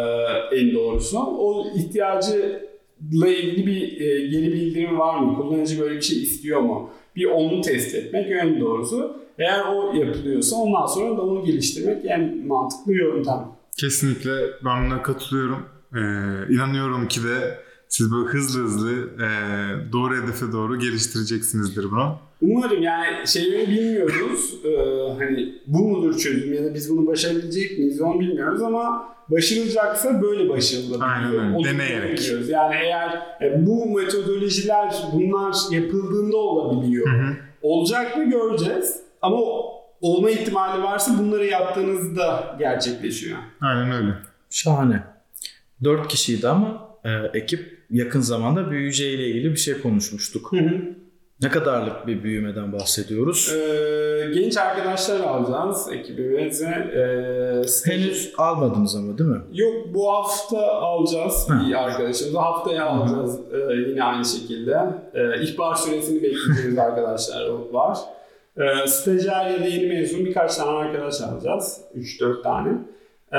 en doğrusu. O ihtiyacıyla ilgili bir e, geri bildirim var mı? Kullanıcı böyle bir şey istiyor mu? Bir onu test etmek en doğrusu. Eğer o yapılıyorsa ondan sonra da onu geliştirmek en mantıklı yöntem. Kesinlikle ben buna katılıyorum. Ee, inanıyorum ki de siz böyle hızlı hızlı e, doğru hedefe doğru geliştireceksinizdir bunu. Umarım yani şeyleri bilmiyoruz. Ee, hani bu mudur çözüm ya da biz bunu başarabilecek miyiz onu bilmiyoruz ama başarılacaksa böyle başarılabiliyor. Aynen öyle. Deneyerek. Yani eğer e, bu metodolojiler bunlar yapıldığında olabiliyor. Hı hı. Olacak mı göreceğiz ama olma ihtimali varsa bunları yaptığınızda gerçekleşiyor. Aynen öyle. Şahane. Dört kişiydi ama e, ekip yakın zamanda büyüyeceğiyle ilgili bir şey konuşmuştuk. Hı hı. Ne kadarlık bir büyümeden bahsediyoruz? Ee, genç arkadaşlar alacağız ekibimize. Ee, Henüz almadınız ama değil mi? Yok, bu hafta alacağız Ha. bir arkadaşımızı. Haftaya alacağız ee, yine aynı şekilde. Ee, ihbar süresini bekleyeceğimiz arkadaşlar var. Ee, stajyer ya da yeni mezun birkaç tane arkadaş alacağız. üç dört tane. Ee,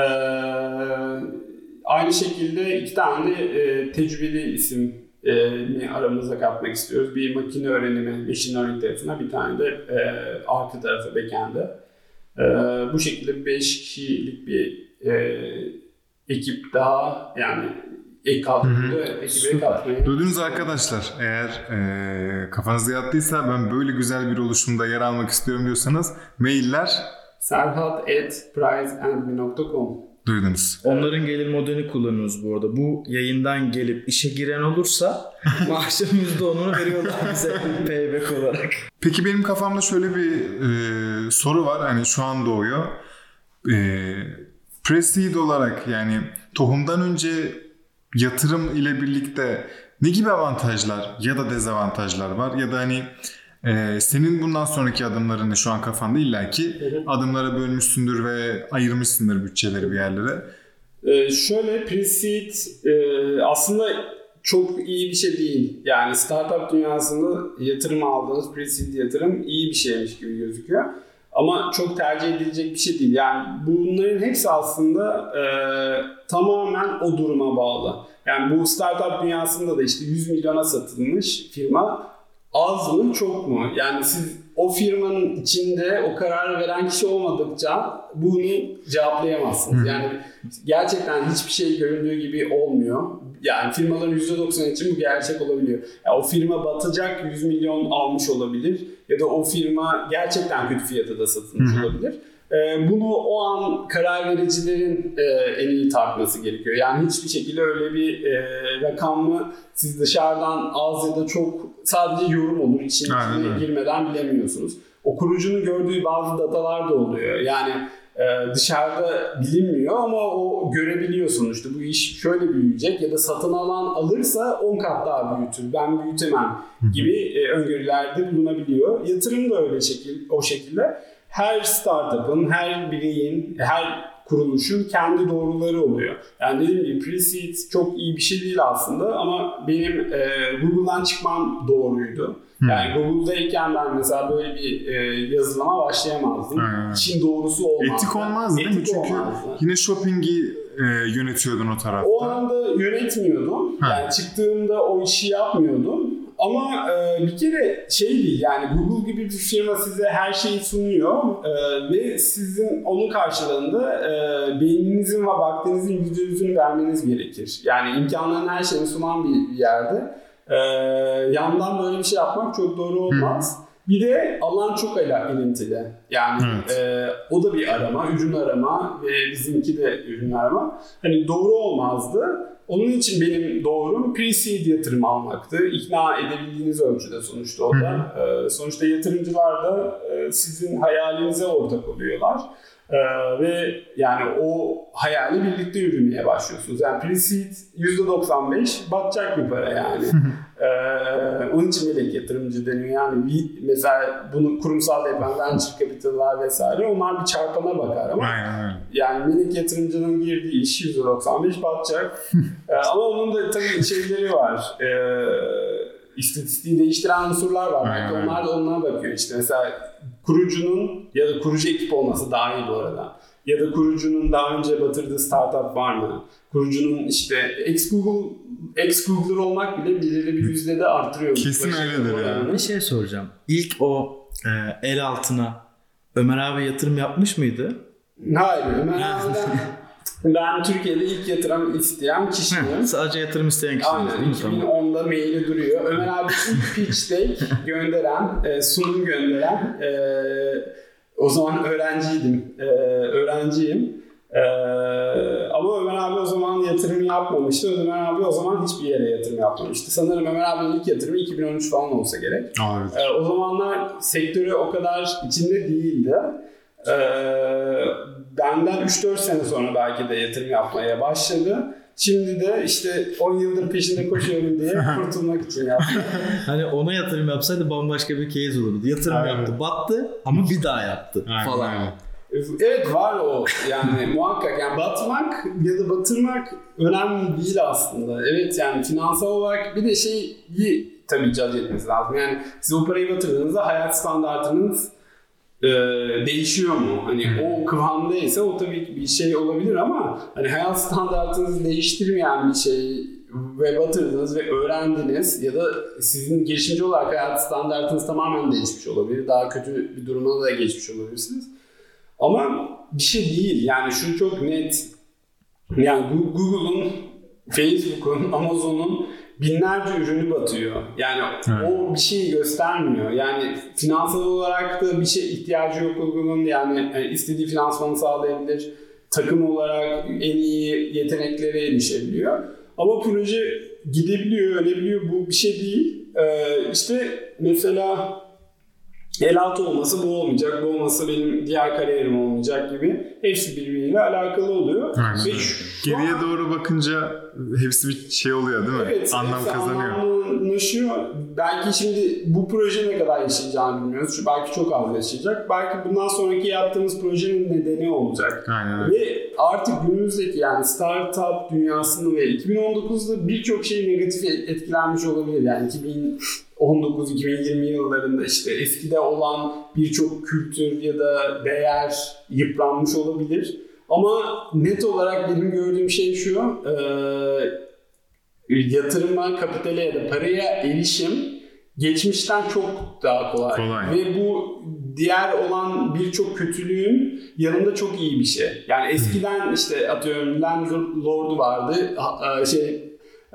aynı şekilde iki tane de e, tecrübeli isim mi aramıza katmak istiyoruz. Bir makine öğrenimi, machine learning tarafına, bir tane de e, arka tarafı, backend'e. E, bu şekilde beş kişilik bir e, ekip daha, yani ek kadroda ekibe katmayı. Duydunuz arkadaşlar, eğer e, kafanızda yattıysa ben böyle güzel bir oluşumda yer almak istiyorum diyorsanız mailler serhat at prizeandme nokta com. Duydunuz. Onların gelir modelini kullanıyoruz bu arada. Bu yayından gelip işe giren olursa maaşın yüzde onunu veriyorlar bize payback olarak. Peki benim kafamda şöyle bir e, soru var. Hani şu an doğuyor. E, Pre-seed olarak, yani tohumdan önce yatırım ile birlikte ne gibi avantajlar ya da dezavantajlar var? Ya da hani Ee, senin bundan sonraki adımlarını şu an kafanda illaki adımlara bölmüşsündür ve ayırmışsındır bütçeleri bir yerlere. Ee, şöyle pre-seed e, aslında çok iyi bir şey değil. Yani startup dünyasında yatırım aldığınız pre-seed yatırım iyi bir şeymiş gibi gözüküyor. Ama çok tercih edilecek bir şey değil. Yani bunların hepsi aslında e, tamamen o duruma bağlı. Yani bu startup dünyasında da işte yüz milyona satılmış firma az mı çok mu? Yani siz o firmanın içinde o kararı veren kişi olmadıkça bunu cevaplayamazsınız. Yani gerçekten hiçbir şey göründüğü gibi olmuyor. Yani firmaların yüzde doksan için bu gerçek olabiliyor. Yani o firma batacak, yüz milyon almış olabilir ya da o firma gerçekten kötü fiyata da satılmış olabilir. Bunu o an karar vericilerin en iyi tartması gerekiyor. Yani hiçbir şekilde öyle bir rakamı siz dışarıdan az ya da çok sadece yorum olur, içine girmeden bilemiyorsunuz. O kurucunun gördüğü bazı datalar da oluyor. Yani dışarıda bilinmiyor ama o görebiliyor sonuçta. Bu iş şöyle büyüyecek ya da satın alan alırsa on kat daha büyütür, ben büyütemem gibi öngörülerde bulunabiliyor. Yatırım da öyle şekil, o şekilde. Her startup'ın, her bireyin, her kuruluşun kendi doğruları oluyor. Yani dediğim gibi pre-seed çok iyi bir şey değil aslında ama benim e, Google'dan çıkmam doğruydu. Hmm. Yani Google'dayken ben mesela böyle bir e, yazılıma başlayamazdım. Hmm. İşin doğrusu olmazdı. Etik olmazdı değil mi? Çünkü olmazdı. Yine shopping'i e, yönetiyordun o tarafta. O anda yönetmiyordum. Ha. Yani çıktığımda o işi yapmıyordum. Ama e, bir kere şey değil, yani Google gibi bir firma size her şeyi sunuyor e, ve sizin onun karşılığında e, beyninizin ve vaktinizin yüzde yüzünü vermeniz gerekir. Yani imkanların her şeyini sunan bir yerde e, yandan böyle bir şey yapmak çok doğru olmaz. Hı. Bir de alan çok elintili. Yani evet. e, o da bir arama, ürün arama ve bizimki de ürün arama. Hani doğru olmazdı. Onun için benim doğrum pre-seed yatırım almaktı. İkna edebildiğiniz ölçüde sonuçta o da. Ee, sonuçta yatırımcılar da e, sizin hayalinize ortak oluyorlar. Ee, ve yani o hayali birlikte yürümeye başlıyorsunuz. Yani pre-seed yüzde doksan beş batacak bir para yani. ee, onun için melek yatırımcı deniyor. Yani bir, mesela bunu kurumsal yapan venture capital'lar vesaire, onlar bir çarpana bakar ama yani melek yatırımcının girdiği iş yüzde doksan beş batacak. ee, ama onun da tabii şeyleri var. Ee, istatistiği değiştiren unsurlar var. Belki onlar da onlara bakıyor. İşte mesela kurucunun ya da kurucu ekip olması daha iyi bu arada. Ya da kurucunun daha önce batırdığı startup var mı? Kurucunun işte ex-Google, ex-Googler olmak bile belirli bir yüzdede artırıyor. Kesin öyledir yani. Bir şey soracağım. İlk o e, el altına Ömer abi yatırım yapmış mıydı? Hayır. Ömer abi'den ben Türkiye'de ilk yatırım isteyen kişiyim. Sadece yatırım isteyen kişiyim. Aynen. iki bin onda maili duruyor. Ömer abi ilk pitch deck gönderen, e, sunum gönderen, e, o zaman öğrenciydim. E, öğrenciyim. E, ama Ömer abi o zaman yatırım yapmamıştı. Ömer abi o zaman hiçbir yere yatırım yapmamıştı. Sanırım Ömer abinin ilk yatırımı iki bin on üç falan olsa gerek. Evet. E, o zamanlar sektörü o kadar içinde değildi. Ee, benden üç dört sene sonra belki de yatırım yapmaya başladı. Şimdi de işte on yıldır peşinde koşuyorum diye kurtulmak için yaptı. Hani ona yatırım yapsaydı bambaşka bir case olurdu. Yatırım aynen. yaptı, battı ama bir daha yaptı aynen. falan. Aynen. Evet var o yani muhakkak yani batmak ya da batırmak önemli değil aslında. Evet yani finansal olarak bir de şeyi tabii caz etmeniz lazım. Yani siz o parayı batırdığınızda hayat standartınız e, değişiyor mu? Hani o kıvamdaysa o tabii ki bir şey olabilir ama hani hayat standartınızı değiştirmeyen bir şey ve batırdınız ve öğrendiniz ya da sizin girişimci olarak hayat standartınız tamamen değişmiş olabilir. Daha kötü bir duruma da geçmiş olabilirsiniz. Ama bir şey değil. Yani şu çok net. Yani Google'un, Facebook'un, Amazon'un binlerce ürünü batıyor. Yani evet. o bir şeyi göstermiyor. Yani finansal olarak da bir şey ihtiyacı yok Google'un. Yani istediği finansmanı sağlayabilir. Takım olarak en iyi yeteneklere erişebiliyor. Ama proje gidebiliyor, ölebiliyor. Bu bir şey değil. Ee, işte mesela el altı olmasa bu olmayacak, bu olmasa benim diğer kariyerim olmayacak gibi hepsi birbiriyle alakalı oluyor. Ve geriye an... doğru bakınca hepsi bir şey oluyor değil mi? Evet, anlam kazanıyor. Anlamlaşıyor. Belki şimdi bu proje ne kadar yaşayacağını bilmiyoruz. Çünkü belki çok az yaşayacak. Belki bundan sonraki yaptığımız projenin nedeni olacak. Aynen. Ve artık günümüzdeki yani startup dünyasını ve iki bin on dokuzda birçok şey negatif etkilenmiş olabilir. Yani iki bin on dokuz iki bin yirmi yıllarında işte eskide olan birçok kültür ya da değer yıpranmış olabilir. Ama net olarak benim gördüğüm şey şu, e, yatırıma, kapitale ya da paraya erişim geçmişten çok daha kolay. kolay. Ve bu diğer olan birçok kötülüğün yanında çok iyi bir şey. Yani eskiden işte atıyorum landlord'u vardı, şey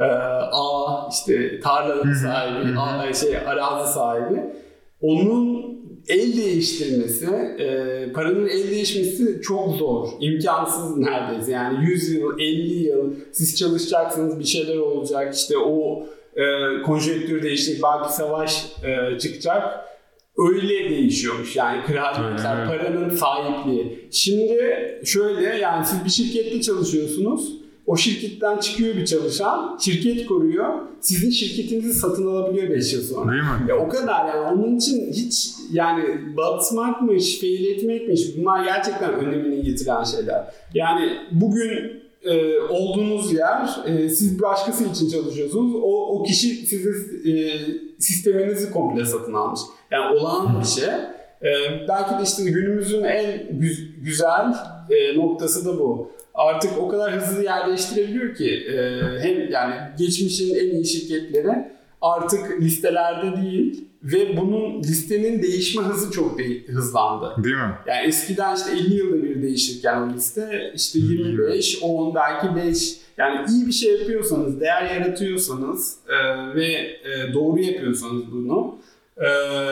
A işte tarlanın sahibi, A, şey arazi sahibi. Onun el değiştirmesi, e, paranın el değişmesi çok zor, imkansız neredeyse. Yani yüz yıl, elli yıl siz çalışacaksınız, bir şeyler olacak. İşte o e, konjonktür değişecek, belki savaş e, çıkacak. Öyle değişiyormuş yani kraliyetler, paranın sahipliği. Şimdi şöyle yani siz bir şirkette çalışıyorsunuz. O şirketten çıkıyor bir çalışan, şirket koruyor, sizin şirketinizi satın alabiliyor beş yıl sonra. Değil mi? Ya o kadar yani onun için hiç yani batmakmış, fail etmekmiş bunlar gerçekten önemini yitiren şeyler. Yani bugün e, olduğunuz yer, e, siz başkası için çalışıyorsunuz, o, o kişi sizin e, sisteminizi komple satın almış. Yani olağan bir şey. E, belki de işte günümüzün en gü- güzel e, noktası da bu. Artık o kadar hızlı yer değiştirebiliyor ki e, hem yani geçmişin en iyi şirketleri artık listelerde değil ve bunun listenin değişme hızı çok de- hızlandı. Değil mi? Yani eskiden işte elli yılda bir değişirken o liste işte yirmi beş, on belki beş yani iyi bir şey yapıyorsanız, değer yaratıyorsanız e, ve e, doğru yapıyorsanız bunu e,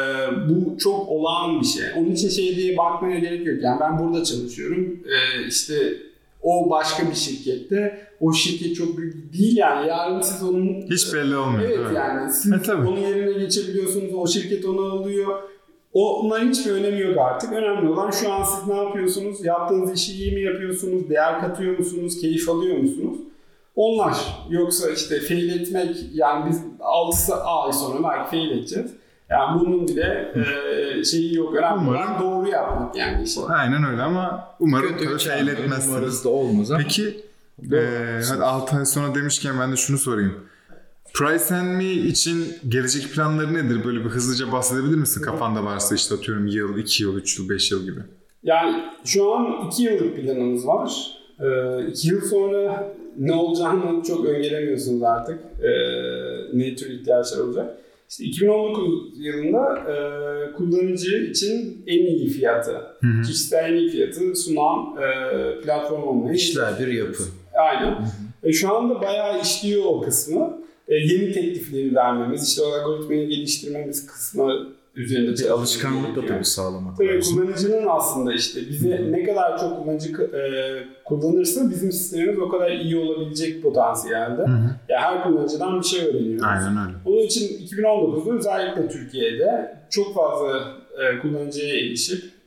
bu çok olağan bir şey. Onun için şey diye bakmaya gerek yok. Yani ben burada çalışıyorum e, işte o başka bir şirkette. O şirket çok büyük değil yani. Yarın siz onun... Hiç belli olmuyor. Evet yani. Siz e, onun yerine geçebiliyorsunuz. O şirket onu alıyor. Onların hiçbir önemi yok artık. Önemli olan şu an siz ne yapıyorsunuz? Yaptığınız işi iyi mi yapıyorsunuz? Değer katıyor musunuz? Keyif alıyor musunuz? Onlar. Yoksa işte fail etmek yani biz altı ay sonra belki fail edeceğiz. Yani bunun bile e, şeyi yok. Önemli olan doğru yapmak yani işte. Aynen öyle ama umarım fail etmezsiniz. Umarız da olmaz ama. Peki e, hadi altı ay sonra demişken ben de şunu sorayım. Price and Me için gelecek planları nedir? Böyle bir hızlıca bahsedebilir misin? Kafanda varsa işte atıyorum yıl, iki yıl, üç yıl, beş yıl gibi. Yani şu an iki yıllık planımız var. Ee, iki yıl sonra ne olacağını çok öngöremiyorsunuz artık. Ee, ne tür ihtiyaçlar olacak. İşte iki bin on dokuz yılında e, kullanıcı için en iyi fiyatı, hı hı. kişisel en iyi fiyatı sunan e, platform olmayı. İşler bir yapı. Aynen. Hı hı. E, şu anda bayağı işliyor o kısmı. E, yeni teklifleri vermemiz, işte o algoritmayı geliştirmemiz kısmı üzerinde bir alışkanlık da tabii sağlamak tabii lazım. Kullanıcının aslında işte bize hmm. ne kadar çok kullanıcı e, kullanırsa bizim sistemimiz o kadar iyi olabilecek potansiyelde. Hmm. Yani her kullanıcıdan bir şey öğreniyoruz. Aynen öyle. Onun için iki bin on dokuzda özellikle Türkiye'de çok fazla e, kullanıcıya erişip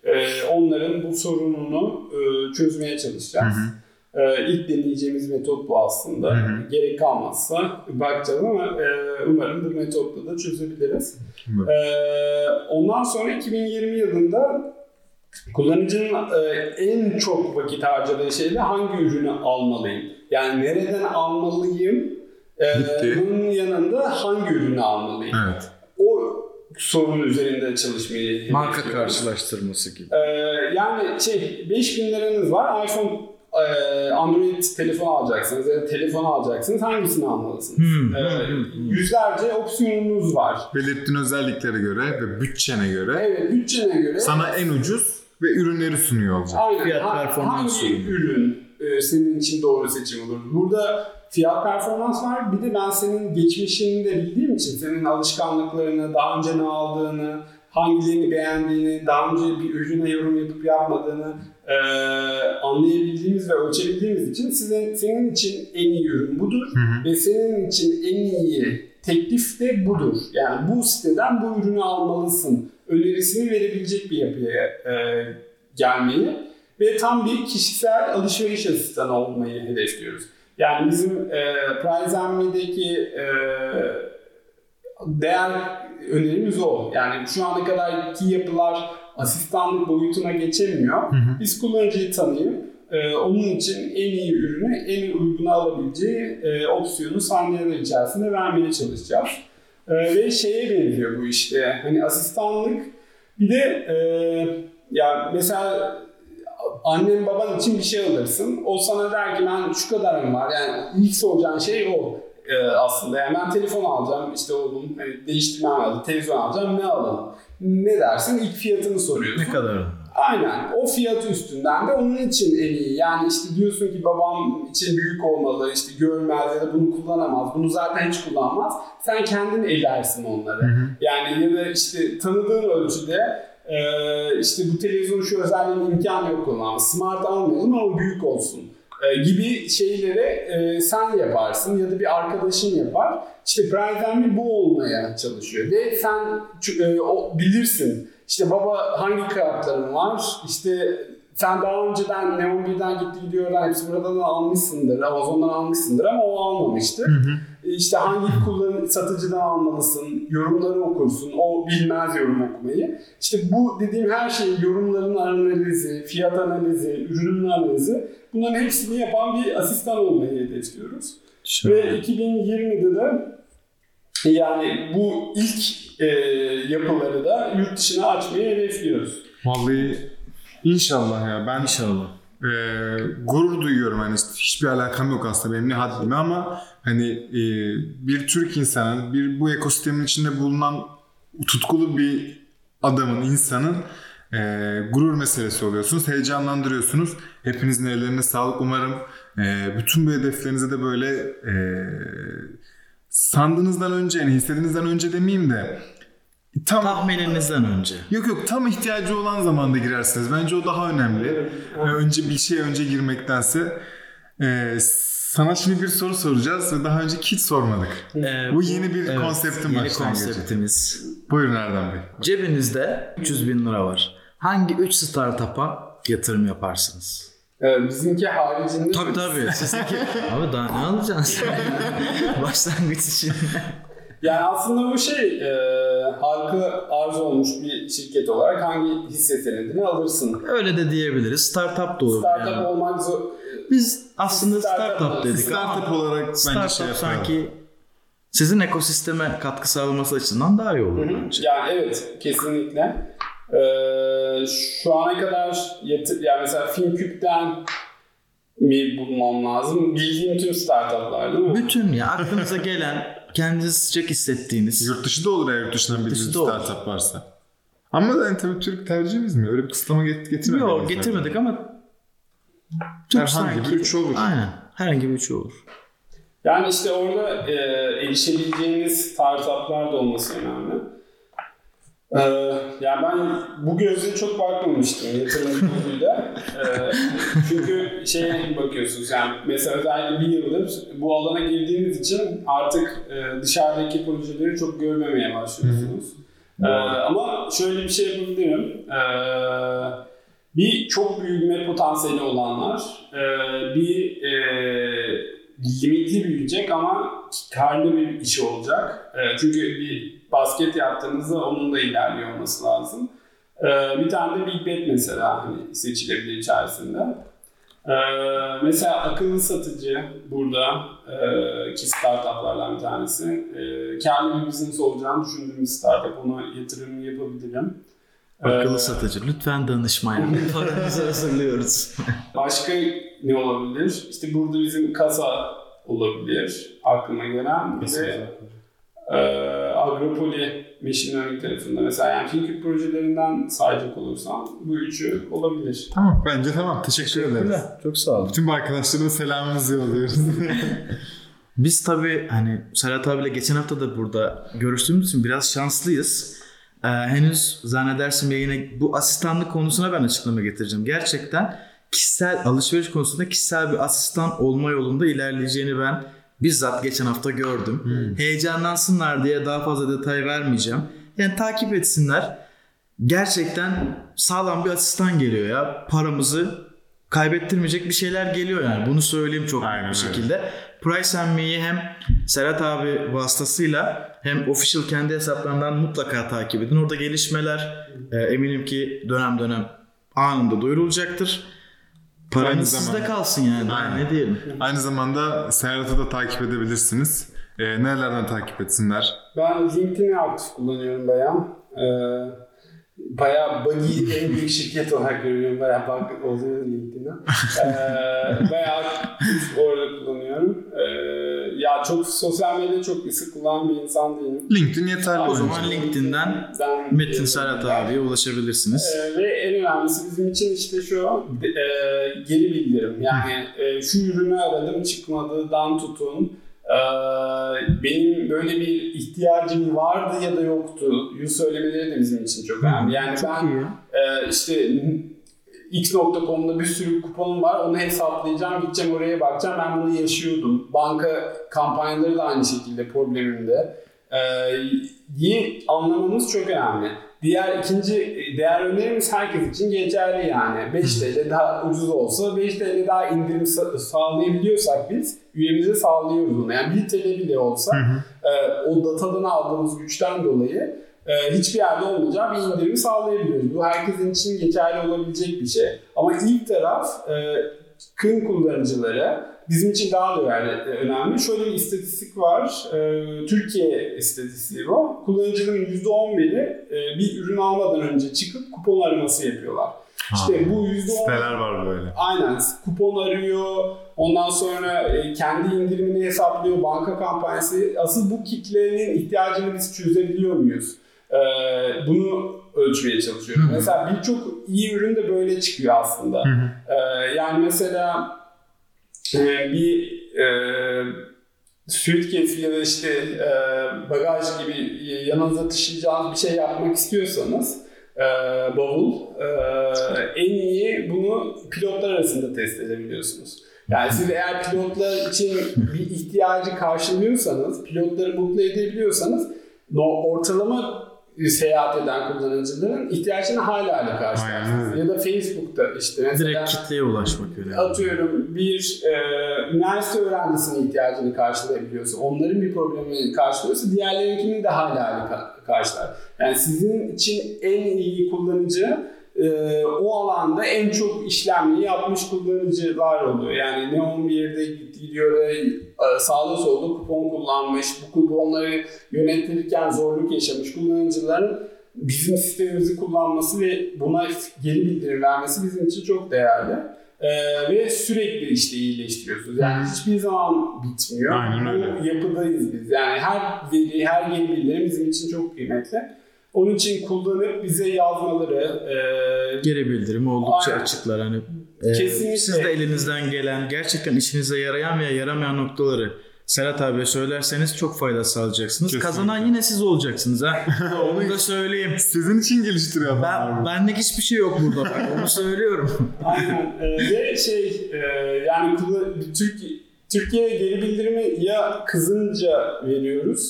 e, onların bu sorununu e, çözmeye çalışacağız. Hı hı. E, ilk deneyeceğimiz metot bu aslında. Hı hı. Gerek kalmazsa bakacağız ama e, umarım bu metotla da çözebiliriz. E, ondan sonra iki bin yirmi yılında kullanıcının e, en çok vakit harcadığı şey de hangi ürünü almalıyım? Yani nereden almalıyım? E, bunun yanında hangi ürünü almalıyım? Evet. O sorunun üzerinde çalışmayı marka karşılaştırması gibi. Ee, yani şey beş bin liranız var, iPhone, e, Android telefon alacaksınız ya da telefon alacaksınız, hangisini almalısınız? Hmm, ee, hmm, yüzlerce opsiyonunuz var. Belirttiğin özelliklere göre ve bütçene göre. Evet, bütçene göre. Sana en ucuz ve ürünleri sunuyor olacak. Aynen. Fiyat ha, performans hangi ürün. ürün e, senin için doğru seçim olur? Burada fiyat performans var. Bir de ben senin geçmişini de bildiğim için senin alışkanlıklarını, daha önce ne aldığını, hangilerini beğendiğini, daha önce bir ürüne yorum yapıp yapmadığını e, anlayabildiğimiz ve ölçebildiğimiz için sizin, senin için en iyi ürün budur. Hı hı. Ve senin için en iyi teklif de budur. Yani bu siteden bu ürünü almalısın önerisini verebilecek bir yapıya e, gelmeyi ve tam bir kişisel alışveriş asistanı olmayı hedefliyoruz. Yani bizim e, PriceMD'deki e, değer önerimiz o. Yani şu ana kadarki yapılar asistanlık boyutuna geçemiyor. Hı hı. Biz kullanıcıyı tanıyıp e, onun için en iyi ürünü en uyguna alabileceği e, opsiyonu saniyeler içerisinde vermeye çalışacağız. E, ve şeye benziyor bu işte. Hani asistanlık bir de e, ya mesela annen baban için bir şey alırsın. O sana der ki ben şu kadarım var. Yani ilk soracağın şey o e, aslında. Yani ben telefon alacağım. İşte oğlum hani değiştirmem lazım. Televizyon alacağım. Ne alalım? Ne dersin? İlk fiyatını soruyorsun. Ne kadar? Aynen. O fiyat üstünden de onun için en iyi. Yani işte diyorsun ki babam için büyük olmalı. İşte görmez ya da bunu kullanamaz. Bunu zaten hiç kullanmaz. Sen kendin ellersin onları. Hı hı. Yani ya da işte tanıdığın ölçüde Ee, işte bu televizyonun şu özelliğinin imkanı yok kullanması. Smart almayalım ama büyük olsun ee, gibi şeyleri e, sen yaparsın ya da bir arkadaşın yapar. İşte PriceMD bu olmaya çalışıyor ve sen e, o, bilirsin. İşte baba hangi kıyafetlerin var? İşte sen daha önceden Neon birden gitti gidiyorlar. Hepsi buradan almışsındır. Amazon'dan almışsındır ama o almamıştır. Hı hı. İşte hangi kullan satıcıdan almalısın, yorumları okursun, o bilmez yorum okumayı. İşte bu dediğim her şey yorumların analizi, fiyat analizi, ürünün analizi bunların hepsini yapan bir asistan olmayı hedefliyoruz. Ve iki bin yirmide de yani bu ilk e, yapıları da yurt dışına açmayı hedefliyoruz. Vallahi inşallah ya ben inşallah. E, gurur duyuyorum hani hiçbir alakam yok aslında benim ne haddime ama hani e, bir Türk insanın bir bu ekosistemin içinde bulunan tutkulu bir adamın insanın e, gurur meselesi oluyorsunuz, heyecanlandırıyorsunuz. Hepinizin ellerine sağlık umarım e, bütün bu hedeflerinize de böyle e, sandığınızdan önce yani hissettiğinizden önce demeyeyim de tam tahmininizden önce. Yok yok tam ihtiyacı olan zamanda girersiniz. Bence o daha önemli. Önce bir şeye önce girmektense. Ee, sana şimdi bir soru soracağız ve daha önce hiç sormadık. Ee, bu yeni bir evet, konseptin yeni başlangıcı. Konseptimiz. Buyurun Erdem Bey. Cebinizde üç yüz bin lira var. Hangi üç startup'a yatırım yaparsınız? Evet, bizimki haricinde... Tabii tabii. Sizinki... Abi daha ne alacaksın? Başlangıç için. Yani aslında bu şey e, halka arz olmuş bir şirket olarak hangi hisse senedini alırsın? Öyle de diyebiliriz. Startup da olur. Startup yani. olmak zor. Biz aslında startup, startup dedik startup ama olarak startup bence şey sanki sizin ekosisteme katkı sağlaması açısından daha iyi olur Hı-hı. bence. Yani evet kesinlikle. Ee, şu ana kadar yatır, yani mesela FinCube'den mi bulmam lazım? Bildiğim tüm startuplar değil mi? Bütün ya aklınıza gelen kendinizi sıcak hissettiğiniz. Yurt dışı da olur eğer yurt dışından bir startup varsa. Ama yani tabii Türk tercihimiz mi? Öyle bir kısıtlama getirmedik. Yok getirmedik yani. Ama Türk herhangi bir üç olur. Aynen. Herhangi bir üç olur. Yani işte orada e, erişebileceğiniz startuplar da olması önemli. Ee, yani ben bu gözle çok bakmamıştım yatırım gözüyle. Ee, çünkü şeye bakıyorsunuz yani mesela özellikle bir yıldır bu alana girdiğiniz için artık e, dışarıdaki projeleri çok görmemeye başlıyorsunuz. Ee, ama şöyle bir şey yapabilirim. Ee, bir çok büyüme potansiyeli olanlar, e, bir e, limitli büyüyecek ama karlı bir işi olacak. E, çünkü bir basket yaptığınızda onun da ilerliyor olması lazım. E, bir tane de Big Bet mesela hani seçilebilir içerisinde. E, mesela akıllı satıcı burada e, ki startuplardan bir tanesi. E, karlı bir business olacağını düşündüğüm bir startup. Ona yatırım yapabilirim. Akıllı ee, satıcı. Lütfen danışmaya. Paramızı hazırlıyoruz. Başka ne olabilir? İşte burada bizim kasa olabilir. Aklıma gelen. Bir de e, Agropoli Machine Learning tarafında. Mesela yani Thinker projelerinden sayacak olursam bu üçü olabilir. Tamam. Bence tamam. Teşekkür ederiz. Çok sağ olun. Tüm arkadaşlarıma selamımızı yolluyoruz. Biz tabii hani Serhat abiyle geçen hafta da burada görüştüğümüz için biraz şanslıyız. Ee, henüz zannedersin yine bu asistanlık konusuna ben açıklama getireceğim. Gerçekten kişisel alışveriş konusunda kişisel bir asistan olma yolunda ilerleyeceğini ben bizzat geçen hafta gördüm. Hmm. Heyecanlansınlar diye daha fazla detay vermeyeceğim. Yani takip etsinler. Gerçekten sağlam bir asistan geliyor ya. Paramızı kaybettirmeyecek bir şeyler geliyor yani. Bunu söyleyeyim çok net bir şekilde. Price and Me'yi hem Serhat abi vasıtasıyla hem official kendi hesaplarından mutlaka takip edin. Orada gelişmeler e, eminim ki dönem dönem anında duyurulacaktır. Paranız sizde kalsın yani. Aynen. Ne diyelim. Aynı zamanda Serhat'ı da takip edebilirsiniz. E, nerelerden takip etsinler? Ben LinkedIn'i aktif kullanıyorum bayağı. Ee, bayağı buggy en büyük şirket olarak görüyorum. Bayağı bug oluyor LinkedIn'e. Ee, bayağı aktif orada kullanıyorum. Ee, ya çok sosyal medyada çok sık kullanan bir insan değilim. LinkedIn yeterli. O zaman LinkedIn'den Metin Serhat abiye ulaşabilirsiniz. Ee, ve en önemlisi bizim için işte şu e, geri bildirim. Yani e, şu ürünü aradım çıkmadıdan tutun. Benim böyle bir ihtiyacım vardı ya da yoktu. Yüz söylemeleri de bizim için çok önemli. Yani çok ben e, işte x nokta com'da bir sürü kuponum var. Onu hesaplayacağım, gideceğim oraya bakacağım. Ben bunu yaşıyordum. Banka kampanyaları da aynı şekilde problemimde. E, diye anlamamız çok önemli. Diğer ikinci değer önerimiz herkes için geçerli yani. beş TL daha ucuz olsa beş TL daha indirim sağlayabiliyorsak biz üyemize sağlıyoruz bunu. Yani bir TL bile olsa hı hı. E, o datadan aldığımız güçten dolayı e, hiçbir yerde olmayacağı bir indirimi sağlayabiliyoruz. Bu herkesin için geçerli olabilecek bir şey. Ama ilk taraf e, Kın kullanıcıları bizim için daha da yani önemli. Şöyle bir istatistik var. Ee, Türkiye istatistiği bu. Kullanıcının yüzde on biri e, bir ürün almadan önce çıkıp kupon araması yapıyorlar. İşte ha, bu yüzde on siteler var böyle. Aynen. Kupon arıyor. Ondan sonra e, kendi indirimini hesaplıyor. Banka kampanyası. Asıl bu kitlenin ihtiyacını biz çözebiliyor muyuz? Ee, bunu ölçmeye çalışıyoruz. Hı-hı. Mesela birçok iyi ürün de böyle çıkıyor aslında. Ee, yani mesela e, bir e, suitcase ya da işte e, bagaj gibi yanınıza taşıyacağınız bir şey yapmak istiyorsanız e, bavul e, en iyi bunu pilotlar arasında test edebiliyorsunuz. Yani siz eğer pilotlar için bir ihtiyacı karşılıyorsanız, pilotları mutlu edebiliyorsanız ortalama seyahat eden kullanıcıların ihtiyaçlarını hala hala karşılarsınız. Ya da Facebook'ta işte mesela direkt kitleye ulaşmak öyle. Atıyorum bir e, üniversite öğrencisinin ihtiyacını karşılayabiliyorsa, onların bir problemini karşılıyorsa diğerlerinkini de hala hala karşılar. Yani sizin için en iyi kullanıcı e, o alanda en çok işlemleri yapmış kullanıcılar oluyor. Yani Neon bir yerde gidiyor ve e, sağda solda kupon kullanmış, bu kuponları yönetirken zorluk yaşamış kullanıcıların bizim sistemimizi kullanması ve buna geri bildirim vermesi bizim için çok değerli. Ee, ve sürekli işte iyileştiriyorsunuz. Yani hiçbir zaman bitmiyor. Aynen öyle. Bu yapıdayız biz. Yani her veri, her geri bildirim bizim için çok kıymetli. Onun için kullanıp bize yazmaları e, geri bildirim oldukça aynen. açıklar. Hani, e, siz de elinizden gelen gerçekten işinize yarayan veya yaramayan noktaları Serhat abiye söylerseniz çok fayda sağlayacaksınız. Kesinlikle. Kazanan yine siz olacaksınız ha. Onu da söyleyeyim. Sizin için geliştiriyor. Ben, benlik hiçbir şey yok burada. Onu söylüyorum. Aynen. Ee, ve şey e, yani Türkiye, Türkiye geri bildirimi ya kızınca veriyoruz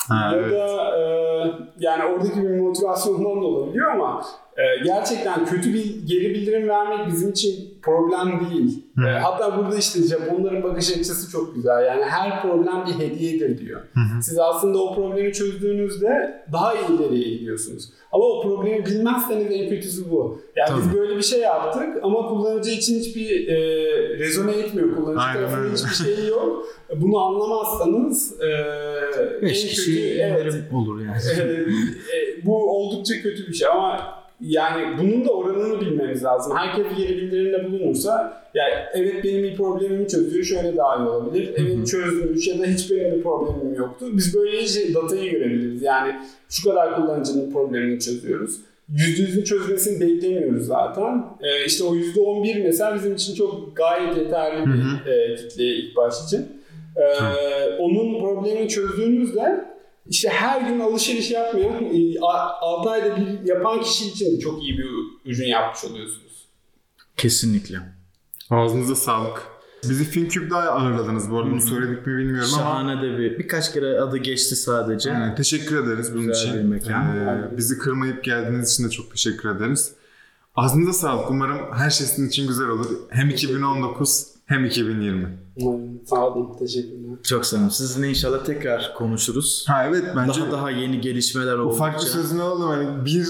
Ha, ya evet. da e, yani oradaki bir motivasyondan da olabiliyor ama e, gerçekten kötü bir geri bildirim vermek bizim için problem değil. E, hatta burada işte Japonların bakış açısı çok güzel. Yani her problem bir hediyedir diyor. Hı hı. Siz aslında o problemi çözdüğünüzde daha ileriye gidiyorsunuz. Ama o problemi bilmezseniz en kötüsü bu. Yani Tabii. biz böyle bir şey yaptık ama kullanıcı için hiçbir e, rezone etmiyor. Kullanıcı Aynen tarafının öyle. hiçbir şeyi yok. Bunu anlamazsanız e, en Beş kötü kişi evet, indirim olur yani. e, e, bu oldukça kötü bir şey ama yani bunun da oranını bilmemiz lazım. Herkes geri bildirimde bulunursa yani evet benim bir problemimi çözüyor şöyle daha iyi olabilir. Evet çözmüş ya da hiç benim bir problemim yoktu. Biz böylece datayı görebiliriz. Yani şu kadar kullanıcının problemini çözüyoruz. yüzde yüzün çözmesini beklemiyoruz zaten. Ee, işte o yüzde on bir mesela bizim için çok gayet yeterli bir Hı hı. e, kitleye ilk baş için. Ee, onun problemini çözdüğünüzde işte her gün alışveriş yapmayan, altı ayda bir yapan kişi için de çok iyi bir ürün yapmış oluyorsunuz. Kesinlikle. Ağzınıza sağlık. Bizi FinCube'da ağırladınız bu arada. Bunu söyledik mi bilmiyorum ama. Şahane de bir birkaç kere adı geçti sadece. Yani teşekkür ederiz bunun Güzel için. bir mekan. Ee, bizi kırmayıp geldiğiniz için de çok teşekkür ederiz. Ağzınıza sağlık. Umarım her şey sizin için güzel olur. Hem iki bin on dokuz hem iki bin yirmi. Sağ olun. Teşekkürler. Çok sağ olun. Sizinle inşallah tekrar konuşuruz. Ha evet bence Daha daha yeni gelişmeler oldukça. ufak bir sözünü alalım. Hani bir,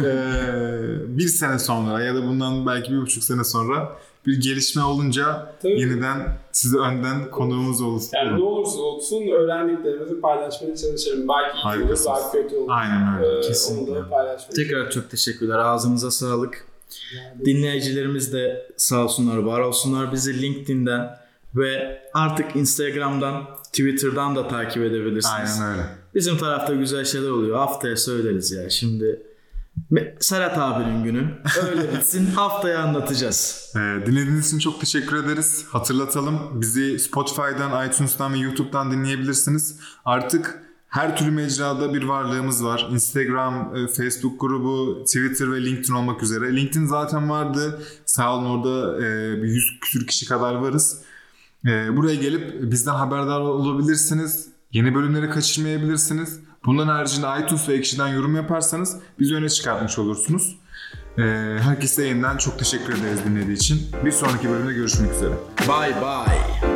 e, bir sene sonra ya da bundan belki bir buçuk sene sonra bir gelişme olunca Tabii. yeniden size önden konuğumuz olur. Yani ne olursa olsun öğrendiklerimizi paylaşmaya çalışırım. Belki iyi olur, Harikasınız. belki kötü olur. Aynen öyle. Ee, Kesinlikle. Onu da paylaşmaya Tekrar çok teşekkürler. Ağzınıza sağlık. Dinleyicilerimiz de sağ olsunlar, var olsunlar. Bizi LinkedIn'den ve artık Instagram'dan, Twitter'dan da takip edebilirsiniz. Aynen öyle. Bizim tarafta güzel şeyler oluyor. Haftaya söyleriz ya. Şimdi Serhat abinin günü. Öyle bitsin. Haftaya anlatacağız. Ee, dinlediğiniz için çok teşekkür ederiz. Hatırlatalım, bizi Spotify'dan, iTunes'tan ve YouTube'dan dinleyebilirsiniz. Artık her türlü mecrada bir varlığımız var. Instagram, Facebook grubu, Twitter ve LinkedIn olmak üzere. LinkedIn zaten vardı. Sağ olun, orada bir yüz küsür kişi kadar varız. Buraya gelip bizden haberdar olabilirsiniz. Yeni bölümleri kaçırmayabilirsiniz. Bunların haricinde iTunes ve Ekşi'den yorum yaparsanız bizi öne çıkartmış olursunuz. Herkese yeniden çok teşekkür ederiz dinlediği için. Bir sonraki bölümde görüşmek üzere. Bye bye.